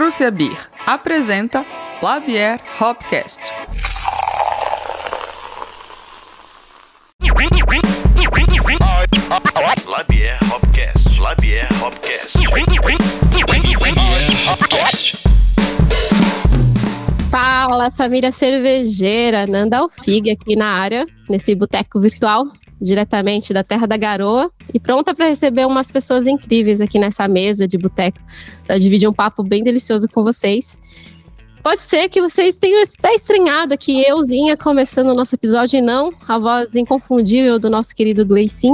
Prússia Beer apresenta Labier Hopcast. Labier Hopcast. Labier Hopcast. Fala, família cervejeira, Nanda Alfig aqui na área, nesse boteco virtual, diretamente da Terra da Garoa, e pronta para receber umas pessoas incríveis aqui nessa mesa de boteco, para dividir um papo bem delicioso com vocês. Pode ser que vocês tenham até estranhado aqui euzinha começando o nosso episódio, e não a voz inconfundível do nosso querido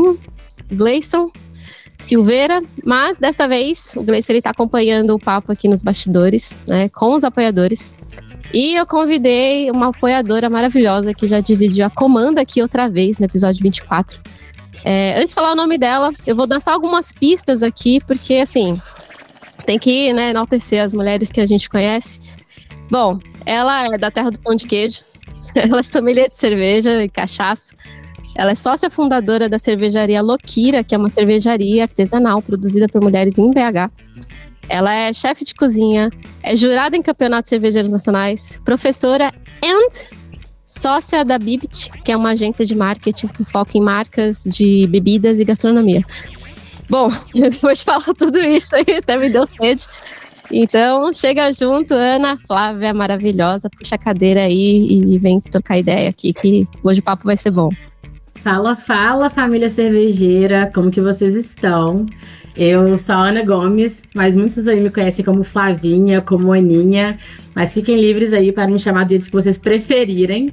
Gleison Silveira, mas desta vez o Gleison está acompanhando o papo aqui nos bastidores, né, com os apoiadores. E eu convidei uma apoiadora maravilhosa que já dividiu a comanda aqui outra vez no episódio 24. Antes de falar o nome dela, eu vou dar só algumas pistas aqui, porque assim, tem que, né, enaltecer as mulheres que a gente conhece. Bom, ela é da terra do pão de queijo, ela é sommelier de cerveja e cachaça. Ela é sócia fundadora da cervejaria Loquira, que é uma cervejaria artesanal produzida por mulheres em BH. Ela é chefe de cozinha, é jurada em campeonatos cervejeiros nacionais, professora e sócia da Bibit, que é uma agência de marketing com foco em marcas de bebidas e gastronomia. Bom, depois de falar tudo isso aí, até me deu sede. Então, chega junto, Ana Flávia, maravilhosa, puxa a cadeira aí e vem trocar ideia aqui, que hoje o papo vai ser bom. Fala, família cervejeira, como que vocês estão? Eu sou a Ana Gomes, mas muitos aí me conhecem como Flavinha, como Aninha, mas fiquem livres aí para me chamar do jeito que vocês preferirem.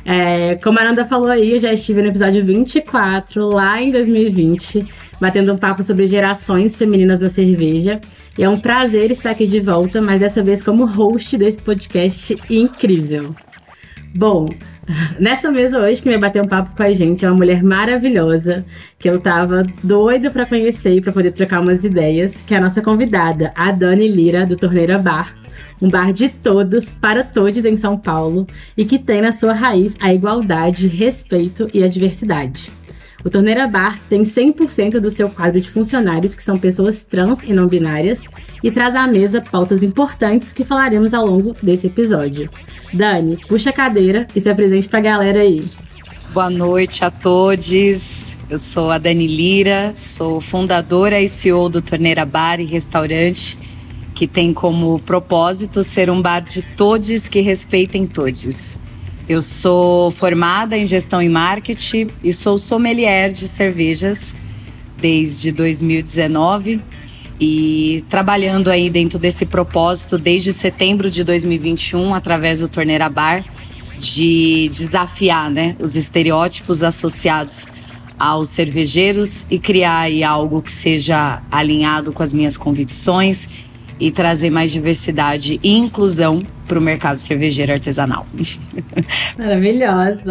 Como a Nanda falou aí, eu já estive no episódio 24, lá em 2020, batendo um papo sobre gerações femininas da cerveja. E é um prazer estar aqui de volta, mas dessa vez como host desse podcast incrível. Bom, nessa mesa hoje, que vai bater um papo com a gente é uma mulher maravilhosa, que eu tava doida pra conhecer e pra poder trocar umas ideias, que é a nossa convidada, a Dani Lira, do Torneira Bar, um bar de todos, para todos em São Paulo, e que tem na sua raiz a igualdade, respeito e a diversidade. O Torneira Bar tem 100% do seu quadro de funcionários que são pessoas trans e não binárias e traz à mesa pautas importantes que falaremos ao longo desse episódio. Dani, puxa a cadeira e se apresente pra galera aí. Boa noite a todos. Eu sou a Dani Lira, sou fundadora e CEO do Torneira Bar e Restaurante, que tem como propósito ser um bar de todos que respeitem todos. Eu sou formada em gestão e marketing e sou sommelier de cervejas desde 2019 e trabalhando aí dentro desse propósito desde setembro de 2021 através do Torneira Bar de desafiar, né, os estereótipos associados aos cervejeiros e criar aí algo que seja alinhado com as minhas convicções e trazer mais diversidade e inclusão para o mercado cervejeiro artesanal. Maravilhosa!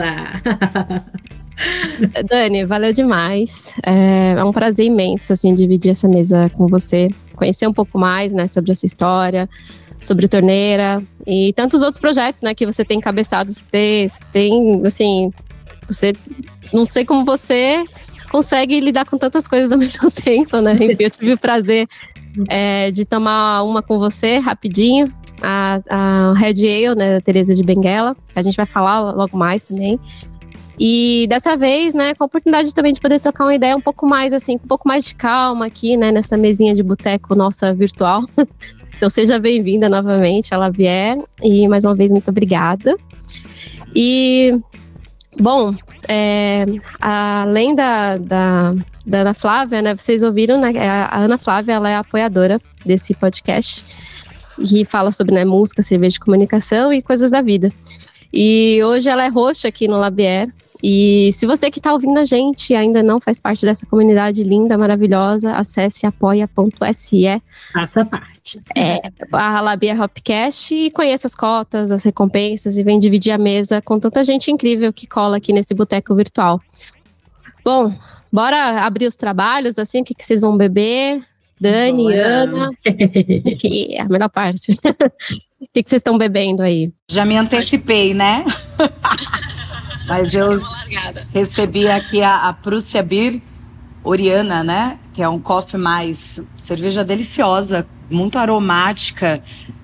Dani, valeu demais. É um prazer imenso, assim, dividir essa mesa com você, conhecer um pouco mais, né, sobre essa história, sobre o Torneira e tantos outros projetos, né, que você tem encabeçado. Você tem, assim, não sei como você consegue lidar com tantas coisas ao mesmo tempo, né? Enfim, eu tive o prazer de tomar uma com você rapidinho, a Red Ale, né, da Teresa de Benguela, que a gente vai falar logo mais também. E dessa vez, né, com a oportunidade também de poder trocar uma ideia um pouco mais, assim, com um pouco mais de calma aqui, né, nessa mesinha de boteco nossa virtual. Então seja bem-vinda novamente, a Labier, e mais uma vez muito obrigada. E, bom, além da Ana Flávia, né, vocês ouviram, né, a Ana Flávia, ela é apoiadora desse podcast, que fala sobre, né, música, cerveja de comunicação e coisas da vida. E hoje ela é host aqui no Labier. E se você que está ouvindo a gente e ainda não faz parte dessa comunidade linda, maravilhosa, acesse apoia.se. Faça parte. A Labier Hopcast e conheça as cotas, as recompensas e vem dividir a mesa com tanta gente incrível que cola aqui nesse boteco virtual. Bom, bora abrir os trabalhos, assim, o que vocês vão beber? Dani, Bora. Ana, que é a melhor parte. O que vocês estão bebendo aí? Já me antecipei, né? Mas eu recebi aqui a Prússia Beer Oriana, né? Que é um coffee mais cerveja deliciosa, muito aromática,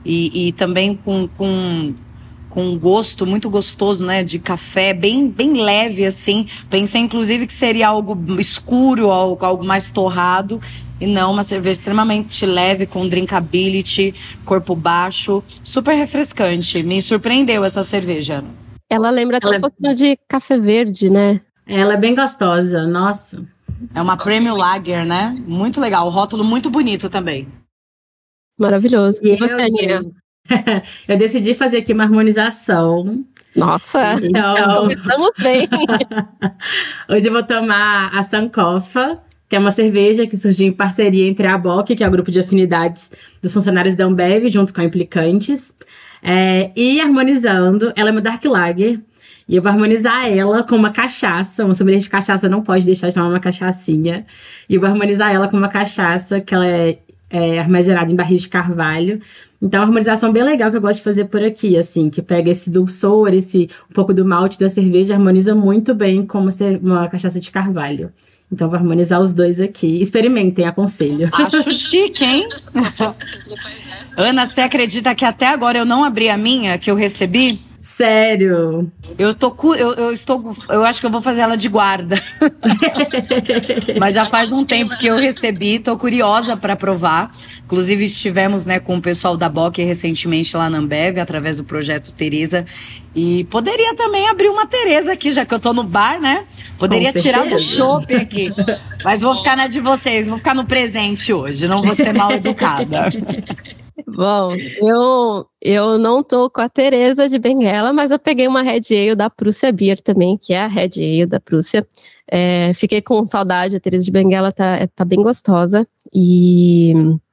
e também com um gosto muito gostoso, né, de café, bem leve, assim. Pensei, inclusive, que seria algo escuro, algo mais torrado, e não, uma cerveja extremamente leve, com drinkability, corpo baixo, super refrescante. Me surpreendeu essa cerveja. Ela lembra até um pouquinho de café verde, né? Ela é bem gostosa, nossa. É uma Premium Lager, né? Muito legal, o rótulo muito bonito também. Maravilhoso. E você, Aninha? Eu decidi fazer aqui uma harmonização. Nossa, então começamos bem. Hoje eu vou tomar a Sankofa, que é uma cerveja que surgiu em parceria entre a ABOC, que é o grupo de afinidades dos funcionários da Ambev, junto com a Implicantes. E harmonizando, ela é uma Dark Lager, e eu vou harmonizar ela com uma cachaça. Uma sommelier de cachaça não pode deixar de tomar uma cachaçinha. E eu vou harmonizar ela com uma cachaça que ela é armazenada em barris de carvalho. Então, é uma harmonização bem legal que eu gosto de fazer por aqui, assim, que pega esse dulçor, um pouco do malte da cerveja, harmoniza muito bem com uma cachaça de carvalho. Então, vou harmonizar os dois aqui. Experimentem, aconselho. Acho chique, hein? Ana, você acredita que até agora eu não abri a minha, que eu recebi? Sério? Eu acho que eu vou fazer ela de guarda. Mas já faz um tempo que eu recebi, tô curiosa para provar. Inclusive estivemos, né, com o pessoal da BOC recentemente lá na Ambev, através do projeto Tereza. E poderia também abrir uma Tereza aqui, já que eu tô no bar, né? Poderia tirar do chopp aqui. Mas vou ficar na de vocês, vou ficar no presente hoje, não vou ser mal educada. Bom, eu não tô com a Tereza de Benguela, mas eu peguei uma Red Ale da Prússia Beer também, que é a Red Ale da Prússia. Fiquei com saudade, a Tereza de Benguela tá bem gostosa. E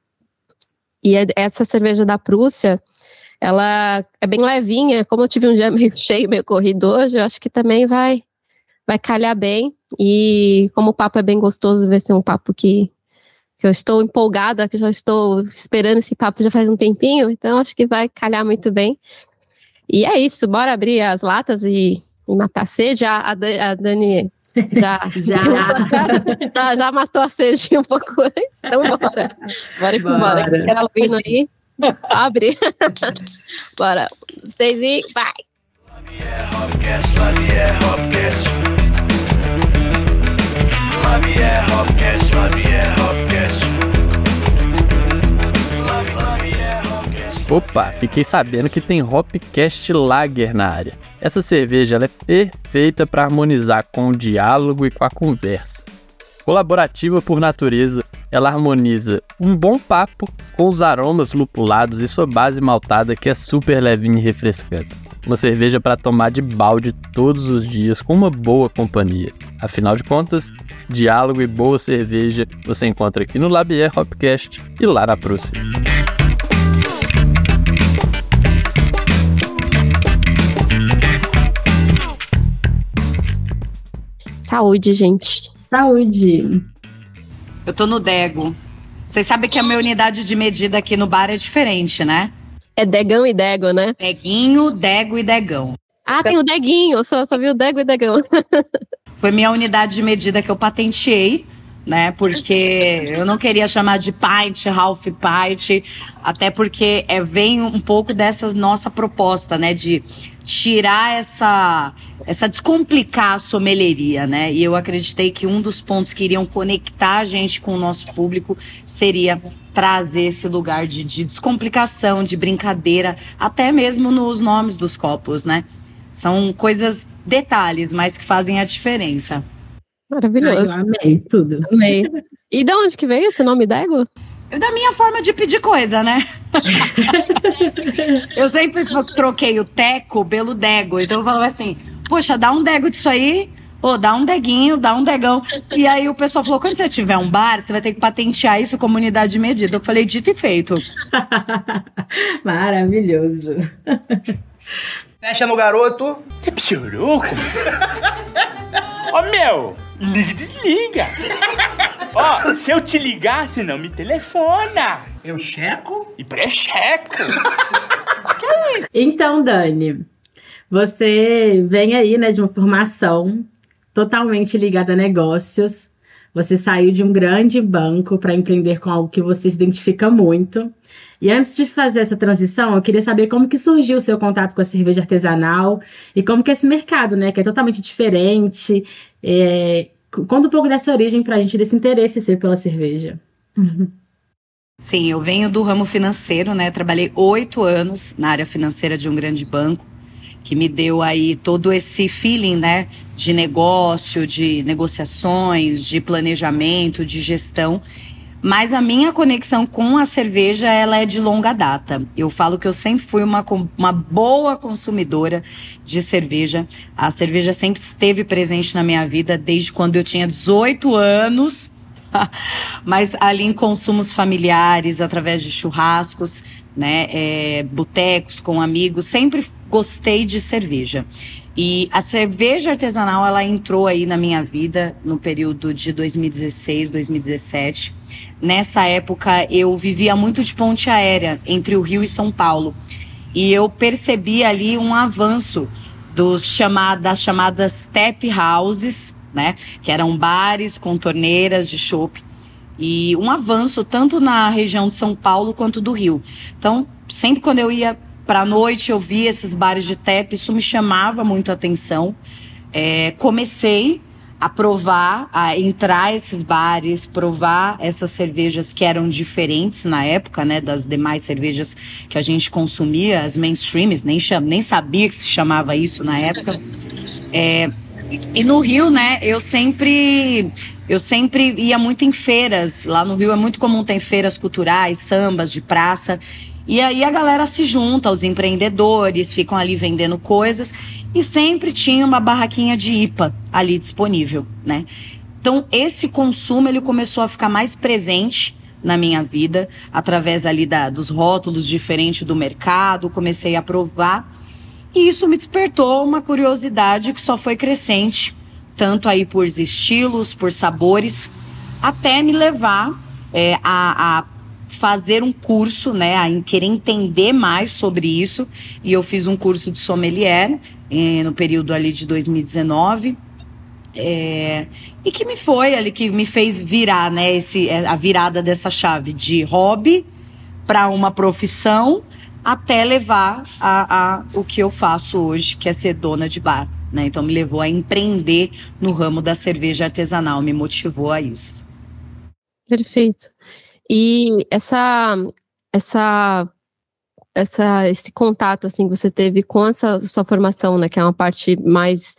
essa cerveja da Prússia, ela é bem levinha. Como eu tive um dia meio cheio, meio corrido hoje, eu acho que também vai calhar bem. E como o papo é bem gostoso, vai ser um papo que eu estou empolgada, que já estou esperando esse papo já faz um tempinho, então acho que vai calhar muito bem. E é isso, bora abrir as latas e matar a sede. A Dani já matou a sede um pouco antes, então bora. Bora. Ela vindo aí, abre. Bora, vocês e vai! Opa, fiquei sabendo que tem Hopcast Lager na área. Essa cerveja ela é perfeita para harmonizar com o diálogo e com a conversa. Colaborativa por natureza, ela harmoniza um bom papo com os aromas lupulados e sua base maltada que é super levinha e refrescante. Uma cerveja para tomar de balde todos os dias com uma boa companhia. Afinal de contas, diálogo e boa cerveja você encontra aqui no Labier Hopcast e lá na Prússia. Saúde, gente. Saúde. Eu tô no Dego. Vocês sabem que a minha unidade de medida aqui no bar é diferente, né? É Degão e Dego, né? Deguinho, Dego e Degão. Ah, tem o Deguinho, eu só vi o Dego e Degão. Foi minha unidade de medida que eu patenteei, né? Porque eu não queria chamar de pint, half pint, até porque vem um pouco dessa nossa proposta, né? De tirar essa descomplicar a sommelieria, né? E eu acreditei que um dos pontos que iriam conectar a gente com o nosso público seria trazer esse lugar de descomplicação, de brincadeira, até mesmo nos nomes dos copos, né? São coisas, detalhes, mas que fazem a diferença. Maravilhoso. Eu amei tudo. Amei. E de onde que veio esse nome Dego? Da minha forma de pedir coisa, né? Eu sempre troquei o teco pelo Dego. Então eu falava assim, poxa, dá um Dego disso aí, dá um Deguinho, dá um Degão. E aí o pessoal falou, quando você tiver um bar, você vai ter que patentear isso como unidade de medida. Eu falei, dito e feito. Maravilhoso. Fecha no garoto. Você piorou? Ô, meu, liga e desliga. Ó, se eu te ligar, você não me telefona. Eu checo? E pré-checo. Que isso? Então, Dani, você vem aí, né, de uma formação totalmente ligada a negócios, Você saiu de um grande banco para empreender com algo que você se identifica muito. E antes de fazer essa transição, eu queria saber como que surgiu o seu contato com a cerveja artesanal e como que é esse mercado, né, que é totalmente diferente. Conta um pouco dessa origem pra gente, desse interesse seu pela cerveja. Sim, eu venho do ramo financeiro, né? Trabalhei 8 anos na área financeira de um grande banco, que me deu aí todo esse feeling, né? De negócio, de negociações, de planejamento, de gestão. Mas a minha conexão com a cerveja, ela é de longa data. Eu falo que eu sempre fui uma boa consumidora de cerveja. A cerveja sempre esteve presente na minha vida desde quando eu tinha 18 anos. Mas ali em consumos familiares, através de churrascos, né, botecos com amigos, sempre gostei de cerveja. E a cerveja artesanal, ela entrou aí na minha vida no período de 2016, 2017. Nessa época, eu vivia muito de ponte aérea entre o Rio e São Paulo. E eu percebi ali um avanço das chamadas tap houses, né, que eram bares com torneiras de chopp, e um avanço tanto na região de São Paulo quanto do Rio. Então, sempre quando eu ia pra noite, eu via esses bares de tap, isso me chamava muito a atenção. Comecei a provar, a entrar esses bares, provar essas cervejas que eram diferentes na época, né, das demais cervejas que a gente consumia, as mainstreams, nem sabia que se chamava isso na época. E no Rio, né, eu sempre ia muito em feiras. Lá no Rio é muito comum ter feiras culturais, sambas de praça. E aí a galera se junta, os empreendedores ficam ali vendendo coisas. E sempre tinha uma barraquinha de IPA ali disponível, né? Então esse consumo, ele começou a ficar mais presente na minha vida, através ali dos rótulos diferentes do mercado. Comecei a provar. E isso me despertou uma curiosidade que só foi crescente, tanto aí por estilos, por sabores, até me levar a fazer um curso, né, a querer entender mais sobre isso. E eu fiz um curso de sommelier no período ali de 2019, e que me fez virar, né, a virada dessa chave de hobby para uma profissão, até levar a o que eu faço hoje, que é ser dona de bar, né? Então me levou a empreender no ramo da cerveja artesanal, me motivou a isso. Perfeito. E esse contato assim que você teve com essa sua formação, né, que é uma parte mais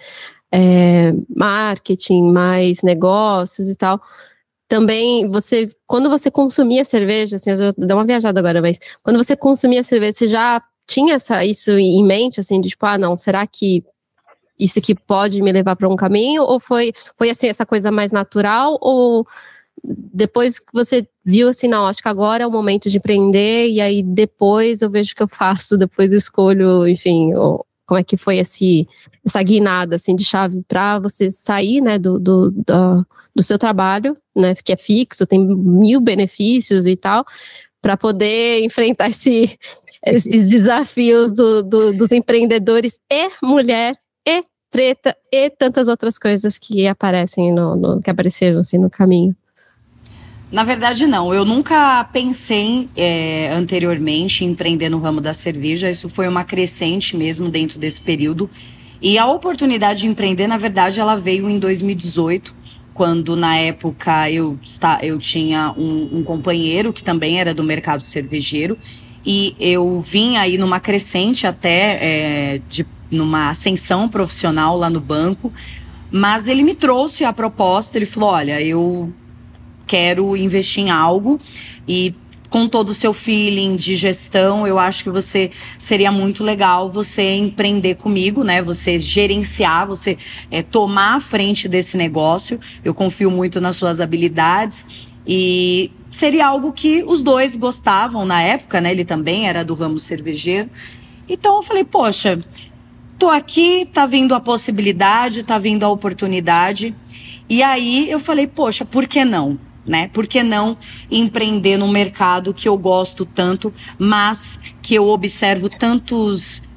marketing, mais negócios e tal. Também, quando você consumia cerveja, assim, eu vou dar uma viajada agora, mas quando você consumia cerveja, você já tinha isso em mente, assim, de tipo, não, será que isso aqui pode me levar para um caminho? Ou foi assim, essa coisa mais natural? Ou depois que você viu, assim, não, acho que agora é o momento de empreender, e aí depois eu vejo o que eu faço, depois eu escolho, enfim, como é que foi essa guinada, assim, de chave para você sair, né, do seu trabalho, né, que é fixo, tem 1000 benefícios e tal, para poder enfrentar esses desafios dos empreendedores e mulher e preta e tantas outras coisas que aparecem que apareceram assim no caminho. Na verdade, não. Eu nunca pensei anteriormente em empreender no ramo da cerveja. Isso foi uma crescente mesmo dentro desse período. E a oportunidade de empreender, na verdade, ela veio em 2018, quando na época eu tinha um companheiro que também era do mercado cervejeiro, e eu vim aí numa crescente até numa ascensão profissional lá no banco, mas ele me trouxe a proposta. Ele falou, olha, eu quero investir em algo, e com todo o seu feeling de gestão, eu acho que seria muito legal você empreender comigo, né? Você gerenciar, você tomar a frente desse negócio. Eu confio muito nas suas habilidades, e seria algo que os dois gostavam na época, né? Ele também era do ramo cervejeiro. Então eu falei, poxa, tô aqui, tá vindo a possibilidade, tá vindo a oportunidade. E aí eu falei, poxa, por que não? Né? Por que não empreender num mercado que eu gosto tanto, mas que eu observo tantos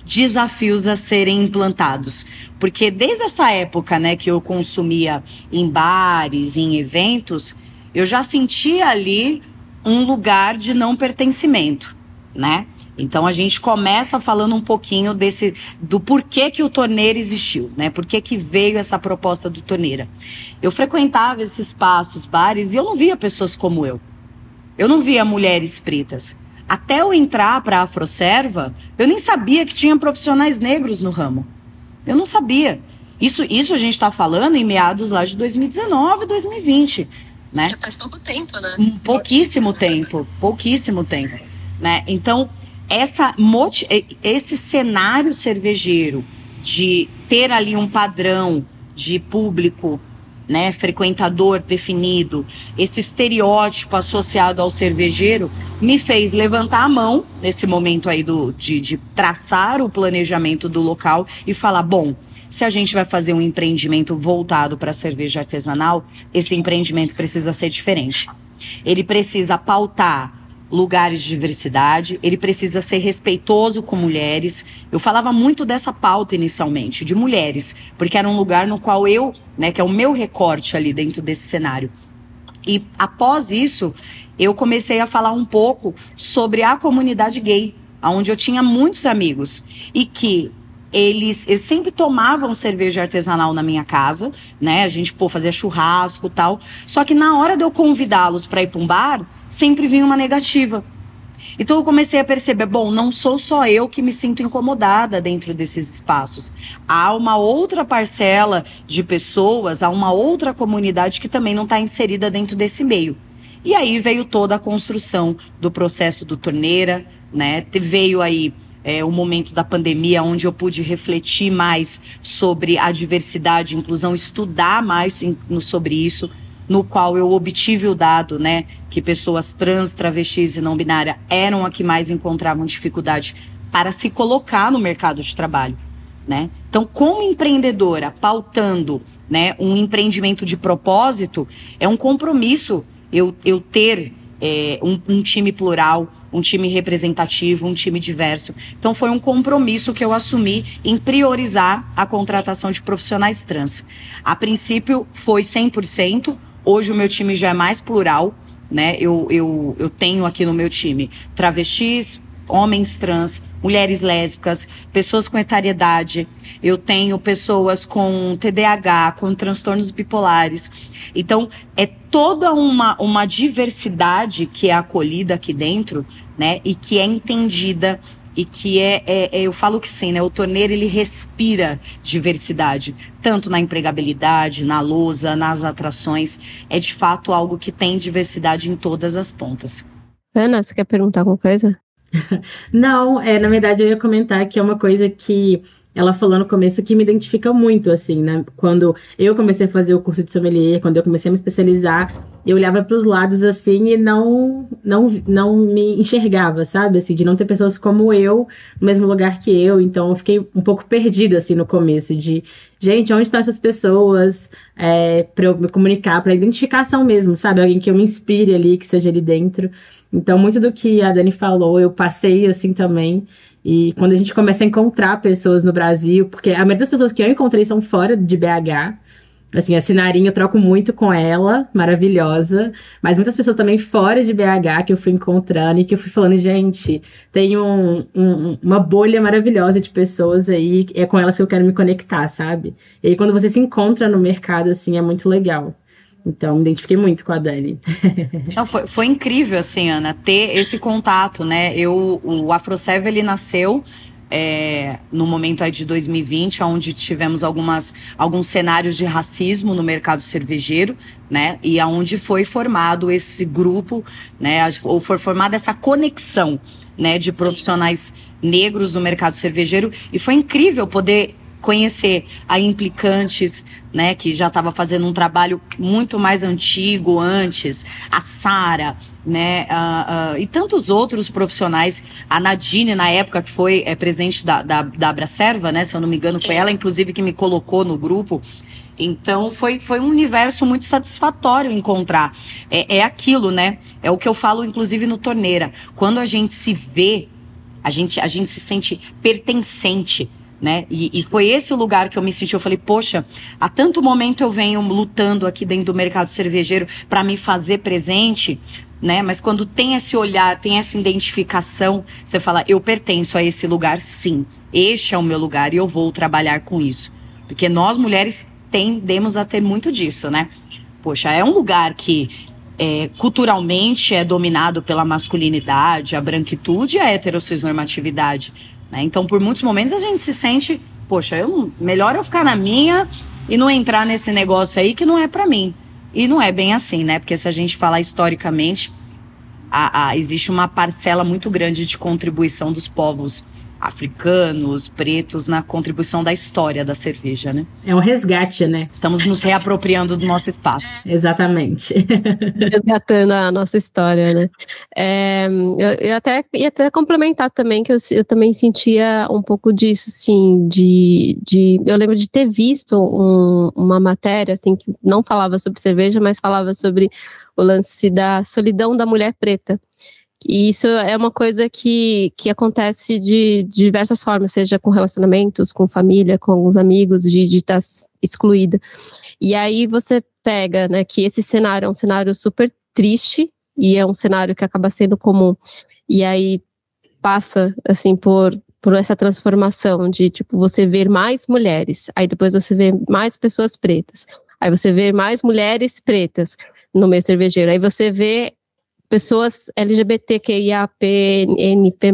desafios a serem implantados. Porque desde essa época, né, que eu consumia em bares, em eventos, eu já sentia ali um lugar de não pertencimento, né? Então a gente começa falando um pouquinho do porquê que o Torneira existiu, né? Por que veio essa proposta do Torneira? Eu frequentava esses espaços, bares, e eu não via pessoas como eu. Eu não via mulheres pretas. Até eu entrar para a Afroserva, eu nem sabia que tinha profissionais negros no ramo. Eu não sabia. Isso a gente está falando em meados lá de 2019, 2020, né? Já faz pouco tempo, né? Pouquíssimo tempo, né? Então, esse cenário cervejeiro de ter ali um padrão de público, né, frequentador definido, esse estereótipo associado ao cervejeiro, me fez levantar a mão nesse momento aí de traçar o planejamento do local e falar, bom, se a gente vai fazer um empreendimento voltado para a cerveja artesanal, esse empreendimento precisa ser diferente. Ele precisa pautar lugares de diversidade, ele precisa ser respeitoso com mulheres. Eu falava muito dessa pauta inicialmente, de mulheres, porque era um lugar no qual eu, né, que é o meu recorte ali dentro desse cenário. E após isso, eu comecei a falar um pouco sobre a comunidade gay, onde eu tinha muitos amigos, e que eles sempre tomavam cerveja artesanal na minha casa, né? A gente, fazia churrasco e tal. Só que na hora de eu convidá-los para ir para um bar, sempre vinha uma negativa. Então eu comecei a perceber, bom, não sou só eu que me sinto incomodada dentro desses espaços. Há uma outra parcela de pessoas, há uma outra comunidade que também não está inserida dentro desse meio. E aí veio toda a construção do processo do Torneira, né? Veio aí o momento da pandemia, onde eu pude refletir mais sobre a diversidade e inclusão, estudar mais sobre isso, no qual eu obtive o dado, né, que pessoas trans, travestis e não binárias eram a que mais encontravam dificuldade para se colocar no mercado de trabalho, né? Então, como empreendedora, pautando, né, um empreendimento de propósito, é um compromisso eu ter um time plural, um time representativo, um time diverso. Então foi um compromisso que eu assumi em priorizar a contratação de profissionais trans. A princípio foi 100%, hoje o meu time já é mais plural, né? Eu tenho aqui no meu time travestis, homens trans, mulheres lésbicas, pessoas com etariedade, eu tenho pessoas com TDAH, com transtornos bipolares. Então, é toda uma diversidade que é acolhida aqui dentro, né, e que é entendida, e que eu falo que sim, né, o Torneira, ele respira diversidade, tanto na empregabilidade, na lousa, nas atrações, é de fato algo que tem diversidade em todas as pontas. Ana, você quer perguntar alguma coisa? Não, na verdade eu ia comentar que é uma coisa que ela falou no começo que me identifica muito, assim, né? Quando eu comecei a fazer o curso de sommelier, quando eu comecei a me especializar, eu olhava para os lados, assim, e não me enxergava, sabe? Assim, de não ter pessoas como eu no mesmo lugar que eu. Então eu fiquei um pouco perdida, assim, no começo, de, gente, onde estão essas pessoas? Para eu me comunicar, para identificação mesmo, sabe? Alguém que eu me inspire ali, que seja ali dentro. Então, muito do que a Dani falou, eu passei assim também. E quando a gente começa a encontrar pessoas no Brasil, porque a maioria das pessoas que eu encontrei são fora de BH. Assim, a Sinarinha eu troco muito com ela, maravilhosa. Mas muitas pessoas também fora de BH que eu fui encontrando e que eu fui falando, gente, tem uma bolha maravilhosa de pessoas aí, é com elas que eu quero me conectar, sabe? E aí quando você se encontra no mercado, assim, é muito legal. Então, me identifiquei muito com a Dani. Não, foi incrível, assim, Ana, ter esse contato, né? O Afroserva, ele nasceu no momento aí de 2020, onde tivemos alguns cenários de racismo no mercado cervejeiro, né? E aonde foi formado esse grupo, né? Ou foi formada essa conexão, né? De profissionais negros no mercado cervejeiro. E foi incrível poder conhecer a Implicantes, né, que já estava fazendo um trabalho muito mais antigo antes, a Sara, né, e tantos outros profissionais, a Nadine, na época, que foi presidente da Abracerva, né, se eu não me engano, foi ela, inclusive, que me colocou no grupo. Então, foi um universo muito satisfatório encontrar. É aquilo, né, é o que eu falo, inclusive, no Torneira. Quando a gente se vê A gente se sente pertencente, né? E foi esse o lugar que eu me senti. Eu falei, poxa, há tanto momento eu venho lutando aqui dentro do mercado cervejeiro para me fazer presente, né? Mas quando tem esse olhar, tem essa identificação, você fala, eu pertenço a esse lugar, sim. Este é o meu lugar e eu vou trabalhar com isso. Porque nós, mulheres, tendemos a ter muito disso, né? Poxa, é um lugar que culturalmente é dominado pela masculinidade, a branquitude e a heterossexunormatividade, né? Então, por muitos momentos, a gente se sente, poxa, melhor eu ficar na minha e não entrar nesse negócio aí que não é pra mim. E não é bem assim, né? Porque se a gente falar historicamente, existe uma parcela muito grande de contribuição dos povos africanos, pretos, na contribuição da história da cerveja, né? É um resgate, né? Estamos nos reapropriando do nosso espaço. Exatamente. Resgatando a nossa história, né? Eu até ia complementar também, que eu também sentia um pouco disso, assim, eu lembro de ter visto uma matéria, assim, que não falava sobre cerveja, mas falava sobre o lance da solidão da mulher preta. E isso é uma coisa que acontece de diversas formas, seja com relacionamentos, com família, com os amigos, de estar excluída. E aí você pega, né, que esse cenário é um cenário super triste e é um cenário que acaba sendo comum. E aí passa, assim, por essa transformação de, tipo, você ver mais mulheres, aí depois você vê mais pessoas pretas, aí você vê mais mulheres pretas no meio cervejeiro, aí você vê pessoas LGBTQIAPNP+.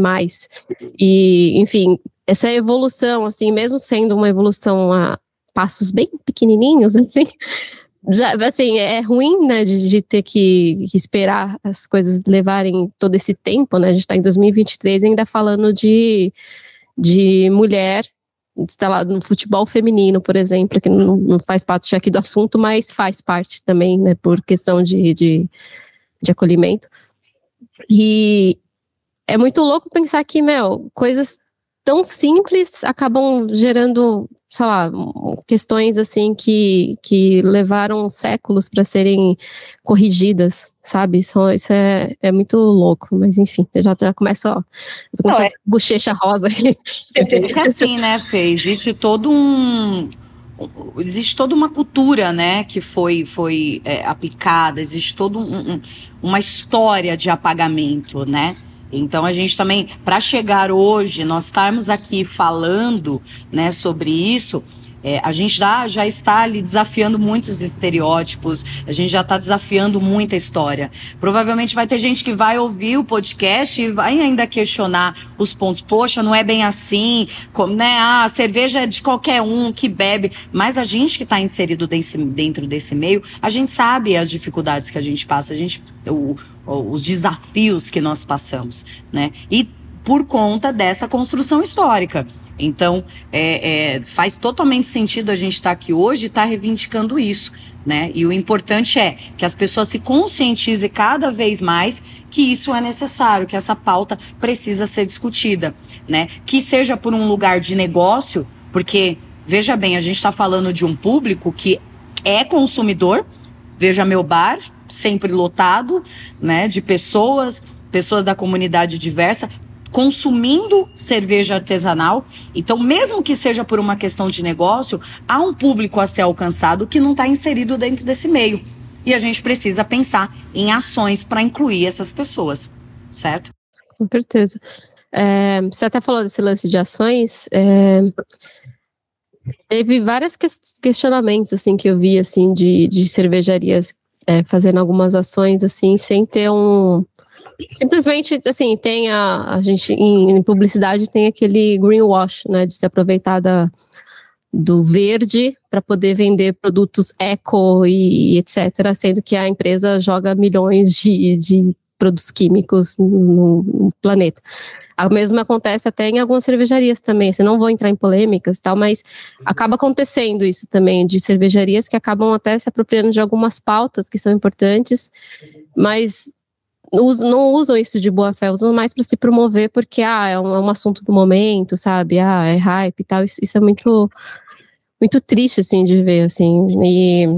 E, enfim, essa evolução, assim, mesmo sendo uma evolução a passos bem pequenininhos, assim, já, assim, é ruim, né, de ter que esperar as coisas levarem todo esse tempo, né? A gente está em 2023 ainda falando de mulher, está lá no futebol feminino, por exemplo, que não faz parte aqui do assunto, mas faz parte também, né, por questão de acolhimento. E é muito louco pensar que, coisas tão simples acabam gerando, sei lá, questões assim que levaram séculos para serem corrigidas, sabe? Isso é muito louco, mas enfim, eu já começo, a bochecha rosa. Porque assim, né, Fê? Existe toda uma cultura, né, que foi aplicada, existe toda uma história de apagamento, né? Então a gente também, para chegar hoje, nós estarmos aqui falando, né, sobre isso, a gente já está ali desafiando muitos estereótipos, a gente já está desafiando muita história. Provavelmente vai ter gente que vai ouvir o podcast e vai ainda questionar os pontos. Poxa, não é bem assim, né? A cerveja é de qualquer um que bebe. Mas a gente que está inserido dentro desse meio, a gente sabe as dificuldades que a gente passa, os desafios que nós passamos, né? E por conta dessa construção histórica. Então, faz totalmente sentido a gente estar aqui hoje e estar reivindicando isso, né? E o importante é que as pessoas se conscientizem cada vez mais que isso é necessário, que essa pauta precisa ser discutida, né? Que seja por um lugar de negócio, porque, veja bem, a gente está falando de um público que é consumidor, veja meu bar, sempre lotado, né? De pessoas da comunidade diversa, consumindo cerveja artesanal. Então, mesmo que seja por uma questão de negócio, há um público a ser alcançado que não está inserido dentro desse meio. E a gente precisa pensar em ações para incluir essas pessoas, certo? Com certeza. Você até falou desse lance de ações. Teve vários questionamentos assim, que eu vi assim, de cervejarias fazendo algumas ações assim, sem ter simplesmente, assim, tem a gente, em publicidade, tem aquele greenwash, né, de se aproveitar do verde para poder vender produtos eco e etc., sendo que a empresa joga milhões de produtos químicos no planeta. O mesmo acontece até em algumas cervejarias também, assim, não vou entrar em polêmicas e tal, mas acaba acontecendo isso também, de cervejarias que acabam até se apropriando de algumas pautas que são importantes, mas não usam isso de boa fé, usam mais para se promover porque é um assunto do momento, sabe? É hype e tal. Isso é muito, muito triste, assim, de ver, assim.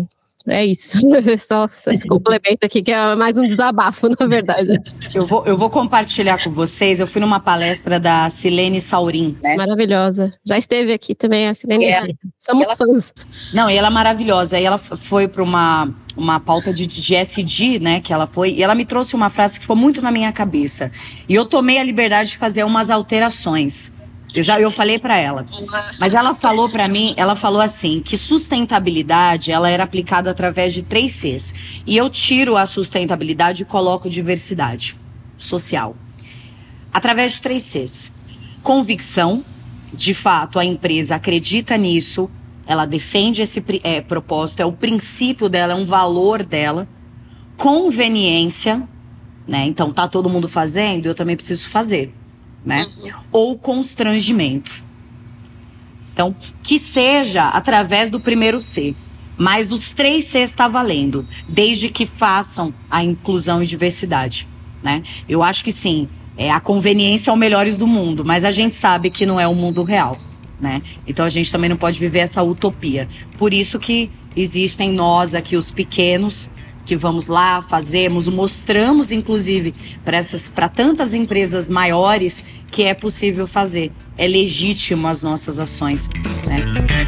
É isso. Só esse complemento aqui, que é mais um desabafo, na verdade. Eu vou compartilhar com vocês. Eu fui numa palestra da Silene Saurin, né? Maravilhosa. Já esteve aqui também, a Silene. Somos fãs. Não, e ela é maravilhosa. E ela foi para uma pauta de SD, né, que ela foi, e ela me trouxe uma frase que ficou muito na minha cabeça. E eu tomei a liberdade de fazer umas alterações. Eu falei para ela. Mas ela falou para mim, ela falou assim, que sustentabilidade, ela era aplicada através de 3 Cs. E eu tiro a sustentabilidade e coloco diversidade social. Através de 3 Cs. Convicção, de fato, a empresa acredita nisso, ela defende esse propósito, é o princípio dela, é um valor dela. Conveniência, né? Então tá todo mundo fazendo, eu também preciso fazer, né? Ou constrangimento. Então, que seja através do primeiro C. Mas os 3 Cs está valendo, desde que façam a inclusão e diversidade, né? Eu acho que sim, a conveniência é o melhores do mundo, mas a gente sabe que não é o mundo real, né? Então a gente também não pode viver essa utopia. Por isso que existem nós aqui, os pequenos, que vamos lá, fazemos, mostramos inclusive para tantas empresas maiores que é possível fazer. É legítimo as nossas ações, né?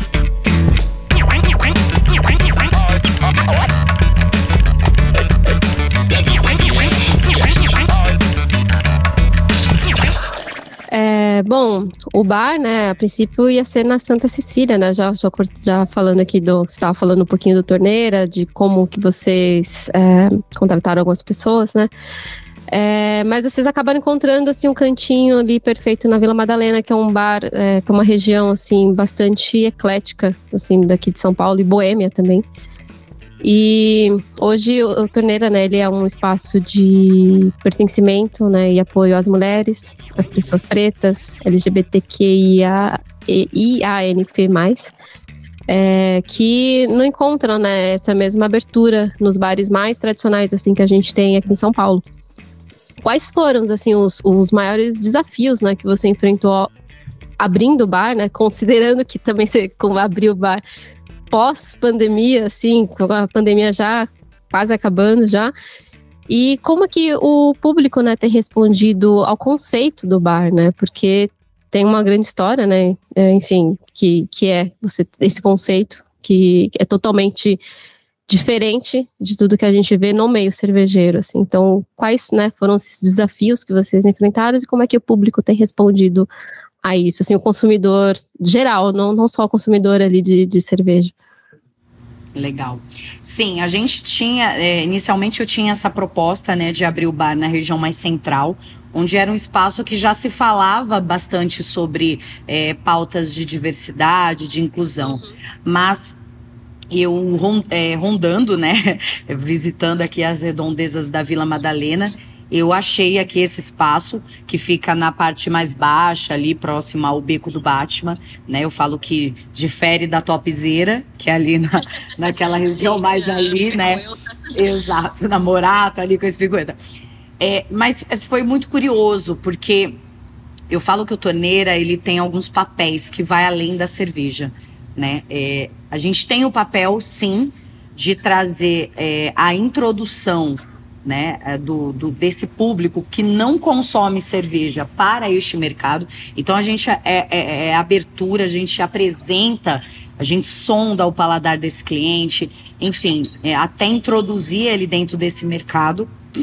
Bom, o bar, né, a princípio ia ser na Santa Cecília, né, já falando aqui você estava falando um pouquinho do Torneira, de como que vocês contrataram algumas pessoas, né, mas vocês acabaram encontrando, assim, um cantinho ali perfeito na Vila Madalena, que é um bar, que é uma região, assim, bastante eclética, assim, daqui de São Paulo, e boêmia também. E hoje o Torneira, né, ele é um espaço de pertencimento, né, e apoio às mulheres, às pessoas pretas, LGBTQIA e IANP+, que não encontram, né, essa mesma abertura nos bares mais tradicionais, assim, que a gente tem aqui em São Paulo. Quais foram, assim, os maiores desafios, né, que você enfrentou abrindo o bar, né, considerando que também você abriu o bar pós-pandemia, assim, com a pandemia já quase acabando já, e como é que o público, né, tem respondido ao conceito do bar, né, porque tem uma grande história, né, enfim, que é esse conceito, que é totalmente diferente de tudo que a gente vê no meio cervejeiro, assim. Então, quais, né, foram esses desafios que vocês enfrentaram e como é que o público tem respondido a isso, assim, o consumidor geral, não só o consumidor ali de cerveja. Legal. Sim, a gente tinha, inicialmente eu tinha essa proposta, né, de abrir o bar na região mais central, onde era um espaço que já se falava bastante sobre pautas de diversidade, de inclusão, mas eu rondando, né, visitando aqui as redondezas da Vila Madalena, eu achei aqui esse espaço que fica na parte mais baixa, ali próximo ao Beco do Batman, né? Eu falo que difere da Topzera, que é ali naquela região mais ali, né? Exato, na Morato, ali com esse figueta. Mas foi muito curioso, porque eu falo que o Torneira, ele tem alguns papéis que vai além da cerveja, né? A gente tem o papel, sim, de trazer a introdução, né, desse público que não consome cerveja para este mercado. Então a gente abertura, a gente apresenta, a gente sonda o paladar desse cliente, enfim, até introduzir ele dentro desse mercado.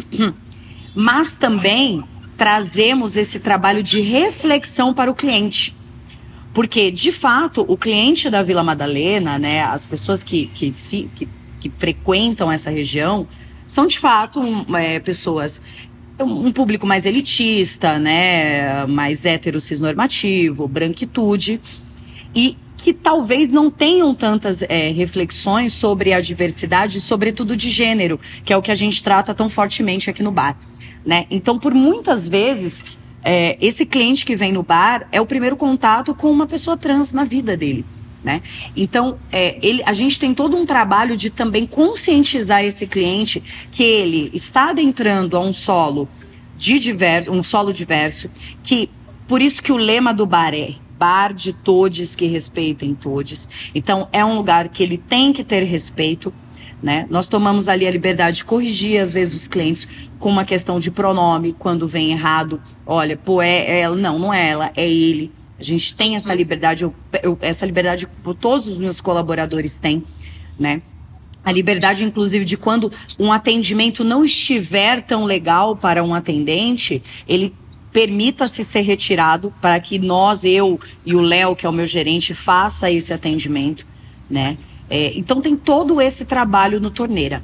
Mas também trazemos esse trabalho de reflexão para o cliente. Porque, de fato, o cliente da Vila Madalena, né, as pessoas que frequentam essa região, são de fato pessoas, um público mais elitista, né, mais hétero cisnormativo, branquitude, e que talvez não tenham tantas reflexões sobre a diversidade, sobretudo de gênero, que é o que a gente trata tão fortemente aqui no bar, né? Então, por muitas vezes, esse cliente que vem no bar é o primeiro contato com uma pessoa trans na vida dele, né? Então, a gente tem todo um trabalho de também conscientizar esse cliente que ele está adentrando a um solo diverso, que por isso que o lema do bar é bar de todes que respeitem todes. Então, é um lugar que ele tem que ter respeito, né? Nós tomamos ali a liberdade de corrigir, às vezes, os clientes com uma questão de pronome, quando vem errado. Olha, pô, é ela. Não é ela, é ele. A gente tem essa liberdade, essa liberdade todos os meus colaboradores têm, né? A liberdade, inclusive, de quando um atendimento não estiver tão legal para um atendente, ele permita-se ser retirado para que eu e o Léo, que é o meu gerente, faça esse atendimento, né? Então tem todo esse trabalho no Torneira.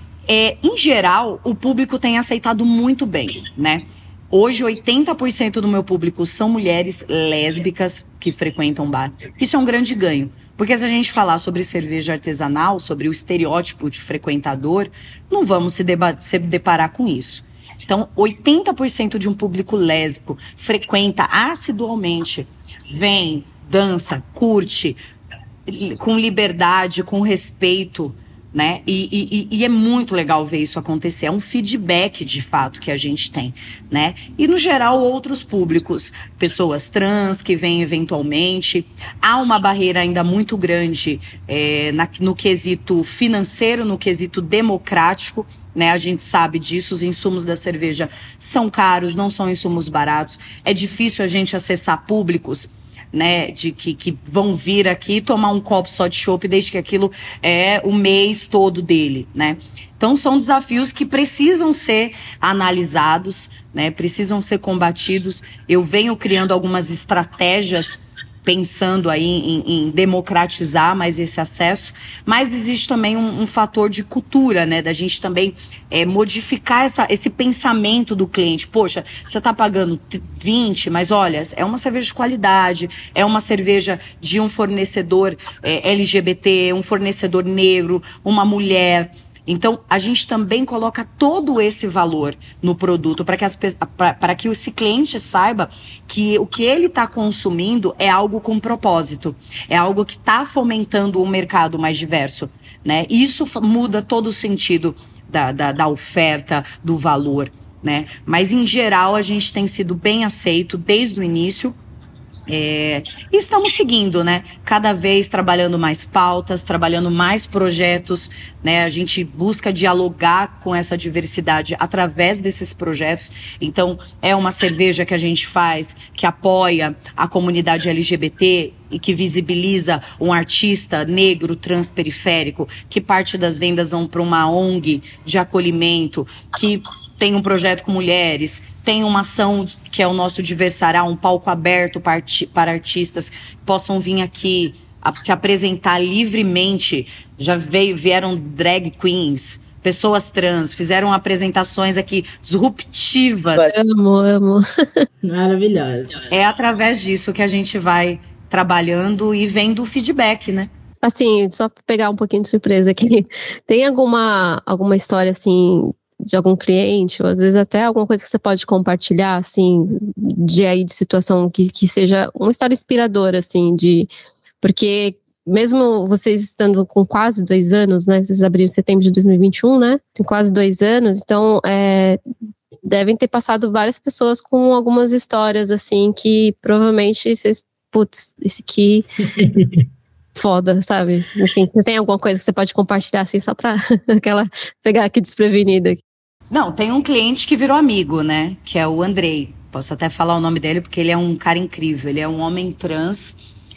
Em geral, o público tem aceitado muito bem, né? Hoje, 80% do meu público são mulheres lésbicas que frequentam bar. Isso é um grande ganho. Porque se a gente falar sobre cerveja artesanal, sobre o estereótipo de frequentador, não vamos se deparar com isso. Então, 80% de um público lésbico frequenta assidualmente, vem, dança, curte, com liberdade, com respeito, né? E é muito legal ver isso acontecer. É um feedback, de fato, que a gente tem, né? E, no geral, outros públicos, pessoas trans que vêm eventualmente. Há uma barreira ainda muito grande no quesito financeiro, no quesito democrático, né? A gente sabe disso, os insumos da cerveja são caros, não são insumos baratos. É difícil a gente acessar públicos, né, de que vão vir aqui tomar um copo só de chopp, desde que aquilo é o mês todo dele, né? Então são desafios que precisam ser analisados, né, precisam ser combatidos. Eu venho criando algumas estratégias pensando aí em democratizar mais esse acesso, mas existe também um fator de cultura, né, da gente também modificar esse pensamento do cliente. Poxa, você está pagando 20, mas olha, é uma cerveja de qualidade, é uma cerveja de um fornecedor LGBT, um fornecedor negro, uma mulher. Então, a gente também coloca todo esse valor no produto para que esse cliente saiba que o que ele está consumindo é algo com propósito, é algo que está fomentando um mercado mais diverso, né? Isso muda todo o sentido da oferta, do valor, né? Mas, em geral, a gente tem sido bem aceito desde o início. E estamos seguindo, né? Cada vez trabalhando mais pautas, trabalhando mais projetos, né? A gente busca dialogar com essa diversidade através desses projetos. Então, é uma cerveja que a gente faz, que apoia a comunidade LGBT e que visibiliza um artista negro transperiférico, que parte das vendas vão para uma ONG de acolhimento, que tem um projeto com mulheres, tem uma ação que é o nosso Diversará, um palco aberto para artistas que possam vir aqui se apresentar livremente. Já vieram drag queens, pessoas trans, fizeram apresentações aqui disruptivas. Amo. Maravilhosa. É através disso que a gente vai trabalhando e vendo o feedback, né? Assim, só pra pegar um pouquinho de surpresa aqui, tem alguma história, assim, de algum cliente, ou às vezes até alguma coisa que você pode compartilhar, assim, de situação que seja uma história inspiradora, assim, porque mesmo vocês estando com quase 2 anos, né, vocês abriram em setembro de 2021, né, tem quase 2 anos, então devem ter passado várias pessoas com algumas histórias, assim, que provavelmente vocês, putz, esse aqui... foda, sabe? Enfim, você tem alguma coisa que você pode compartilhar, assim, só pra pegar aqui desprevenida? Não, tem um cliente que virou amigo, né? Que é o Andrei. Posso até falar o nome dele, porque ele é um cara incrível. Ele é um homem trans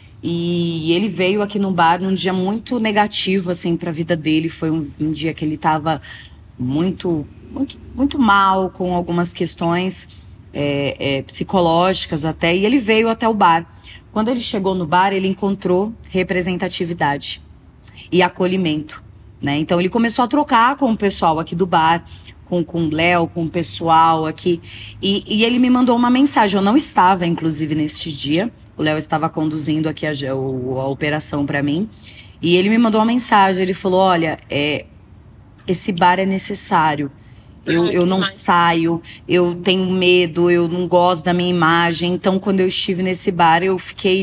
e ele veio aqui no bar num dia muito negativo, assim, pra vida dele. Foi um dia que ele tava muito mal, com algumas questões psicológicas até, e ele veio até o bar. Quando ele chegou no bar, ele encontrou representatividade e acolhimento, né? Então ele começou a trocar com o pessoal aqui do bar, com o Léo, com o pessoal aqui, e ele me mandou uma mensagem. Eu não estava, inclusive, neste dia. O Léo estava conduzindo aqui a operação para mim, e ele me mandou uma mensagem. Ele falou: olha, esse bar é necessário. Eu não saio, eu tenho medo, eu não gosto da minha imagem. Então, quando eu estive nesse bar, eu fiquei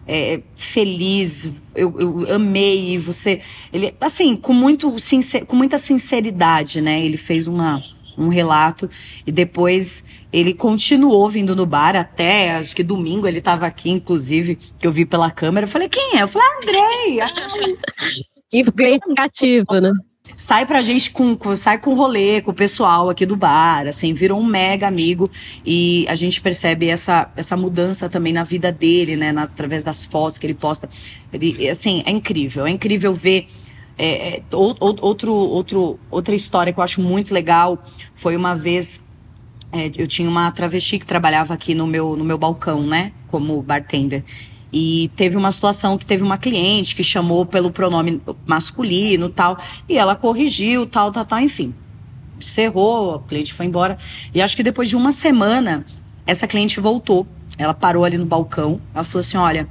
feliz, eu amei você. Ele, assim, com muita sinceridade, né? Ele fez um relato e depois ele continuou vindo no bar até, acho que domingo ele estava aqui, inclusive, que eu vi pela câmera. Eu falei: quem é? Eu falei: Andrei. E cliente cativo, né? sai pra gente sai com rolê, com o pessoal aqui do bar, assim, virou um mega amigo, e a gente percebe essa mudança também na vida dele, né, através das fotos que ele posta. Ele, assim, é incrível ver. Outra história que eu acho muito legal foi uma vez, eu tinha uma travesti que trabalhava aqui no meu balcão, né, como bartender. E teve uma situação que teve uma cliente que chamou pelo pronome masculino, tal, e ela corrigiu, tal, enfim. Encerrou, a cliente foi embora. E acho que depois de uma semana, essa cliente voltou. Ela parou ali no balcão. Ela falou assim, olha,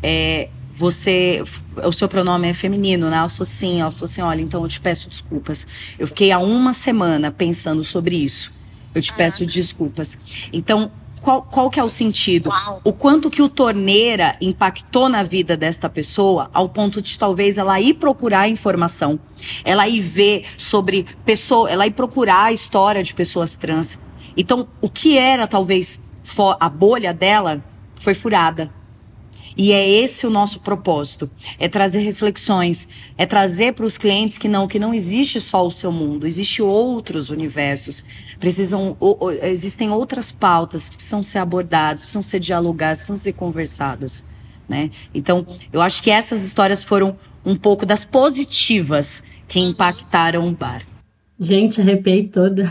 o seu pronome é feminino, né? Ela falou sim. Ela falou assim, olha, então eu te peço desculpas. Eu fiquei há uma semana pensando sobre isso. Eu te peço desculpas. Então, qual que é o sentido? Uau. O quanto que o Torneira impactou na vida desta pessoa, ao ponto de talvez ela ir procurar informação, ela ir ver sobre ela ir procurar a história de pessoas trans. Então, o que era talvez a bolha dela foi furada. E é esse o nosso propósito, é trazer reflexões, é trazer para os clientes que não existe só o seu mundo, existe outros universos, existem outras pautas que precisam ser abordadas, precisam ser dialogadas, precisam ser conversadas, né? Então, eu acho que essas histórias foram um pouco das positivas que impactaram o bar. Gente, arrepiei toda.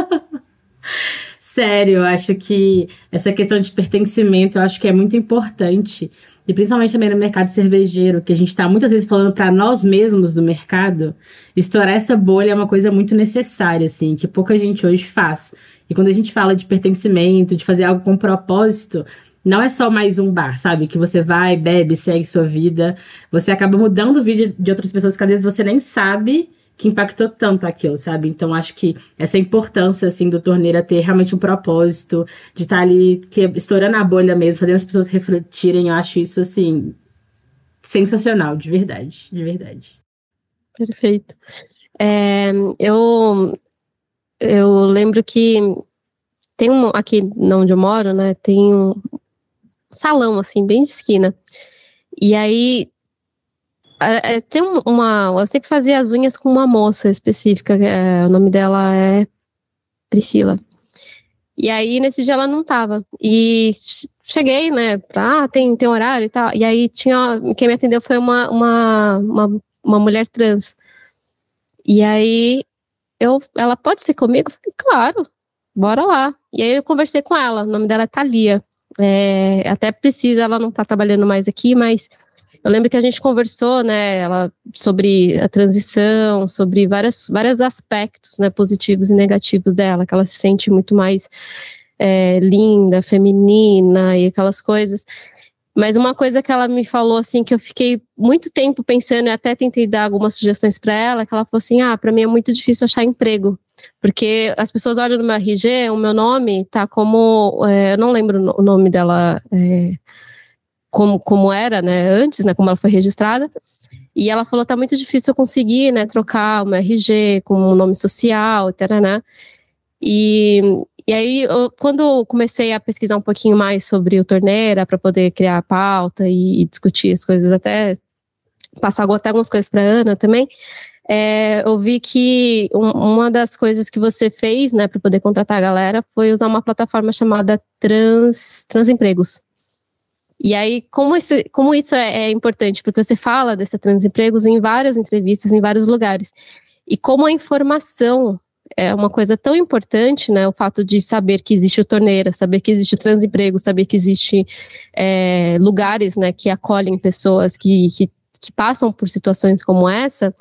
Sério, eu acho que essa questão de pertencimento, eu acho que é muito importante. E principalmente também no mercado cervejeiro, que a gente está muitas vezes falando para nós mesmos do mercado, estourar essa bolha é uma coisa muito necessária, assim, que pouca gente hoje faz. E quando a gente fala de pertencimento, de fazer algo com propósito, não é só mais um bar, sabe? Que você vai, bebe, segue sua vida. Você acaba mudando o vídeo de outras pessoas que às vezes você nem sabe que impactou tanto aquilo, sabe? Então, acho que essa importância, assim, do Torneira ter realmente um propósito, de estar ali estourando a bolha mesmo, fazendo as pessoas refletirem, eu acho isso, assim, sensacional, de verdade, de verdade. Perfeito. Eu lembro que tem aqui onde eu moro, né, tem um salão, assim, bem de esquina. E aí, tem eu sempre fazia as unhas com uma moça específica, o nome dela é Priscila. E aí, nesse dia ela não tava. E cheguei, né, tem horário e tal. E aí, quem me atendeu foi uma mulher trans. E aí, ela pode ser comigo? Eu falei, claro, bora lá. E aí, eu conversei com ela, o nome dela é Thalia. Até precisa, ela não tá trabalhando mais aqui, mas eu lembro que a gente conversou, né, sobre a transição, sobre vários aspectos, né, positivos e negativos dela, que ela se sente muito mais linda, feminina e aquelas coisas. Mas uma coisa que ela me falou, assim, que eu fiquei muito tempo pensando e até tentei dar algumas sugestões para ela, que ela falou assim, para mim é muito difícil achar emprego, porque as pessoas olham no meu RG, o meu nome tá como, eu não lembro o nome dela, como era, né, antes, né, como ela foi registrada, e ela falou, tá muito difícil eu conseguir, né, trocar o meu RG com o nome social, né, e aí, quando eu comecei a pesquisar um pouquinho mais sobre o Torneira, para poder criar a pauta e discutir as coisas, até passar até algumas coisas para Ana também, eu vi que uma das coisas que você fez, né, para poder contratar a galera, foi usar uma plataforma chamada Transempregos. E aí, como isso é importante? Porque você fala dessa Transempregos em várias entrevistas, em vários lugares. E como a informação é uma coisa tão importante, né? O fato de saber que existe o Torneira, saber que existe o Transemprego, saber que existe lugares, né, que acolhem pessoas que passam por situações como essa,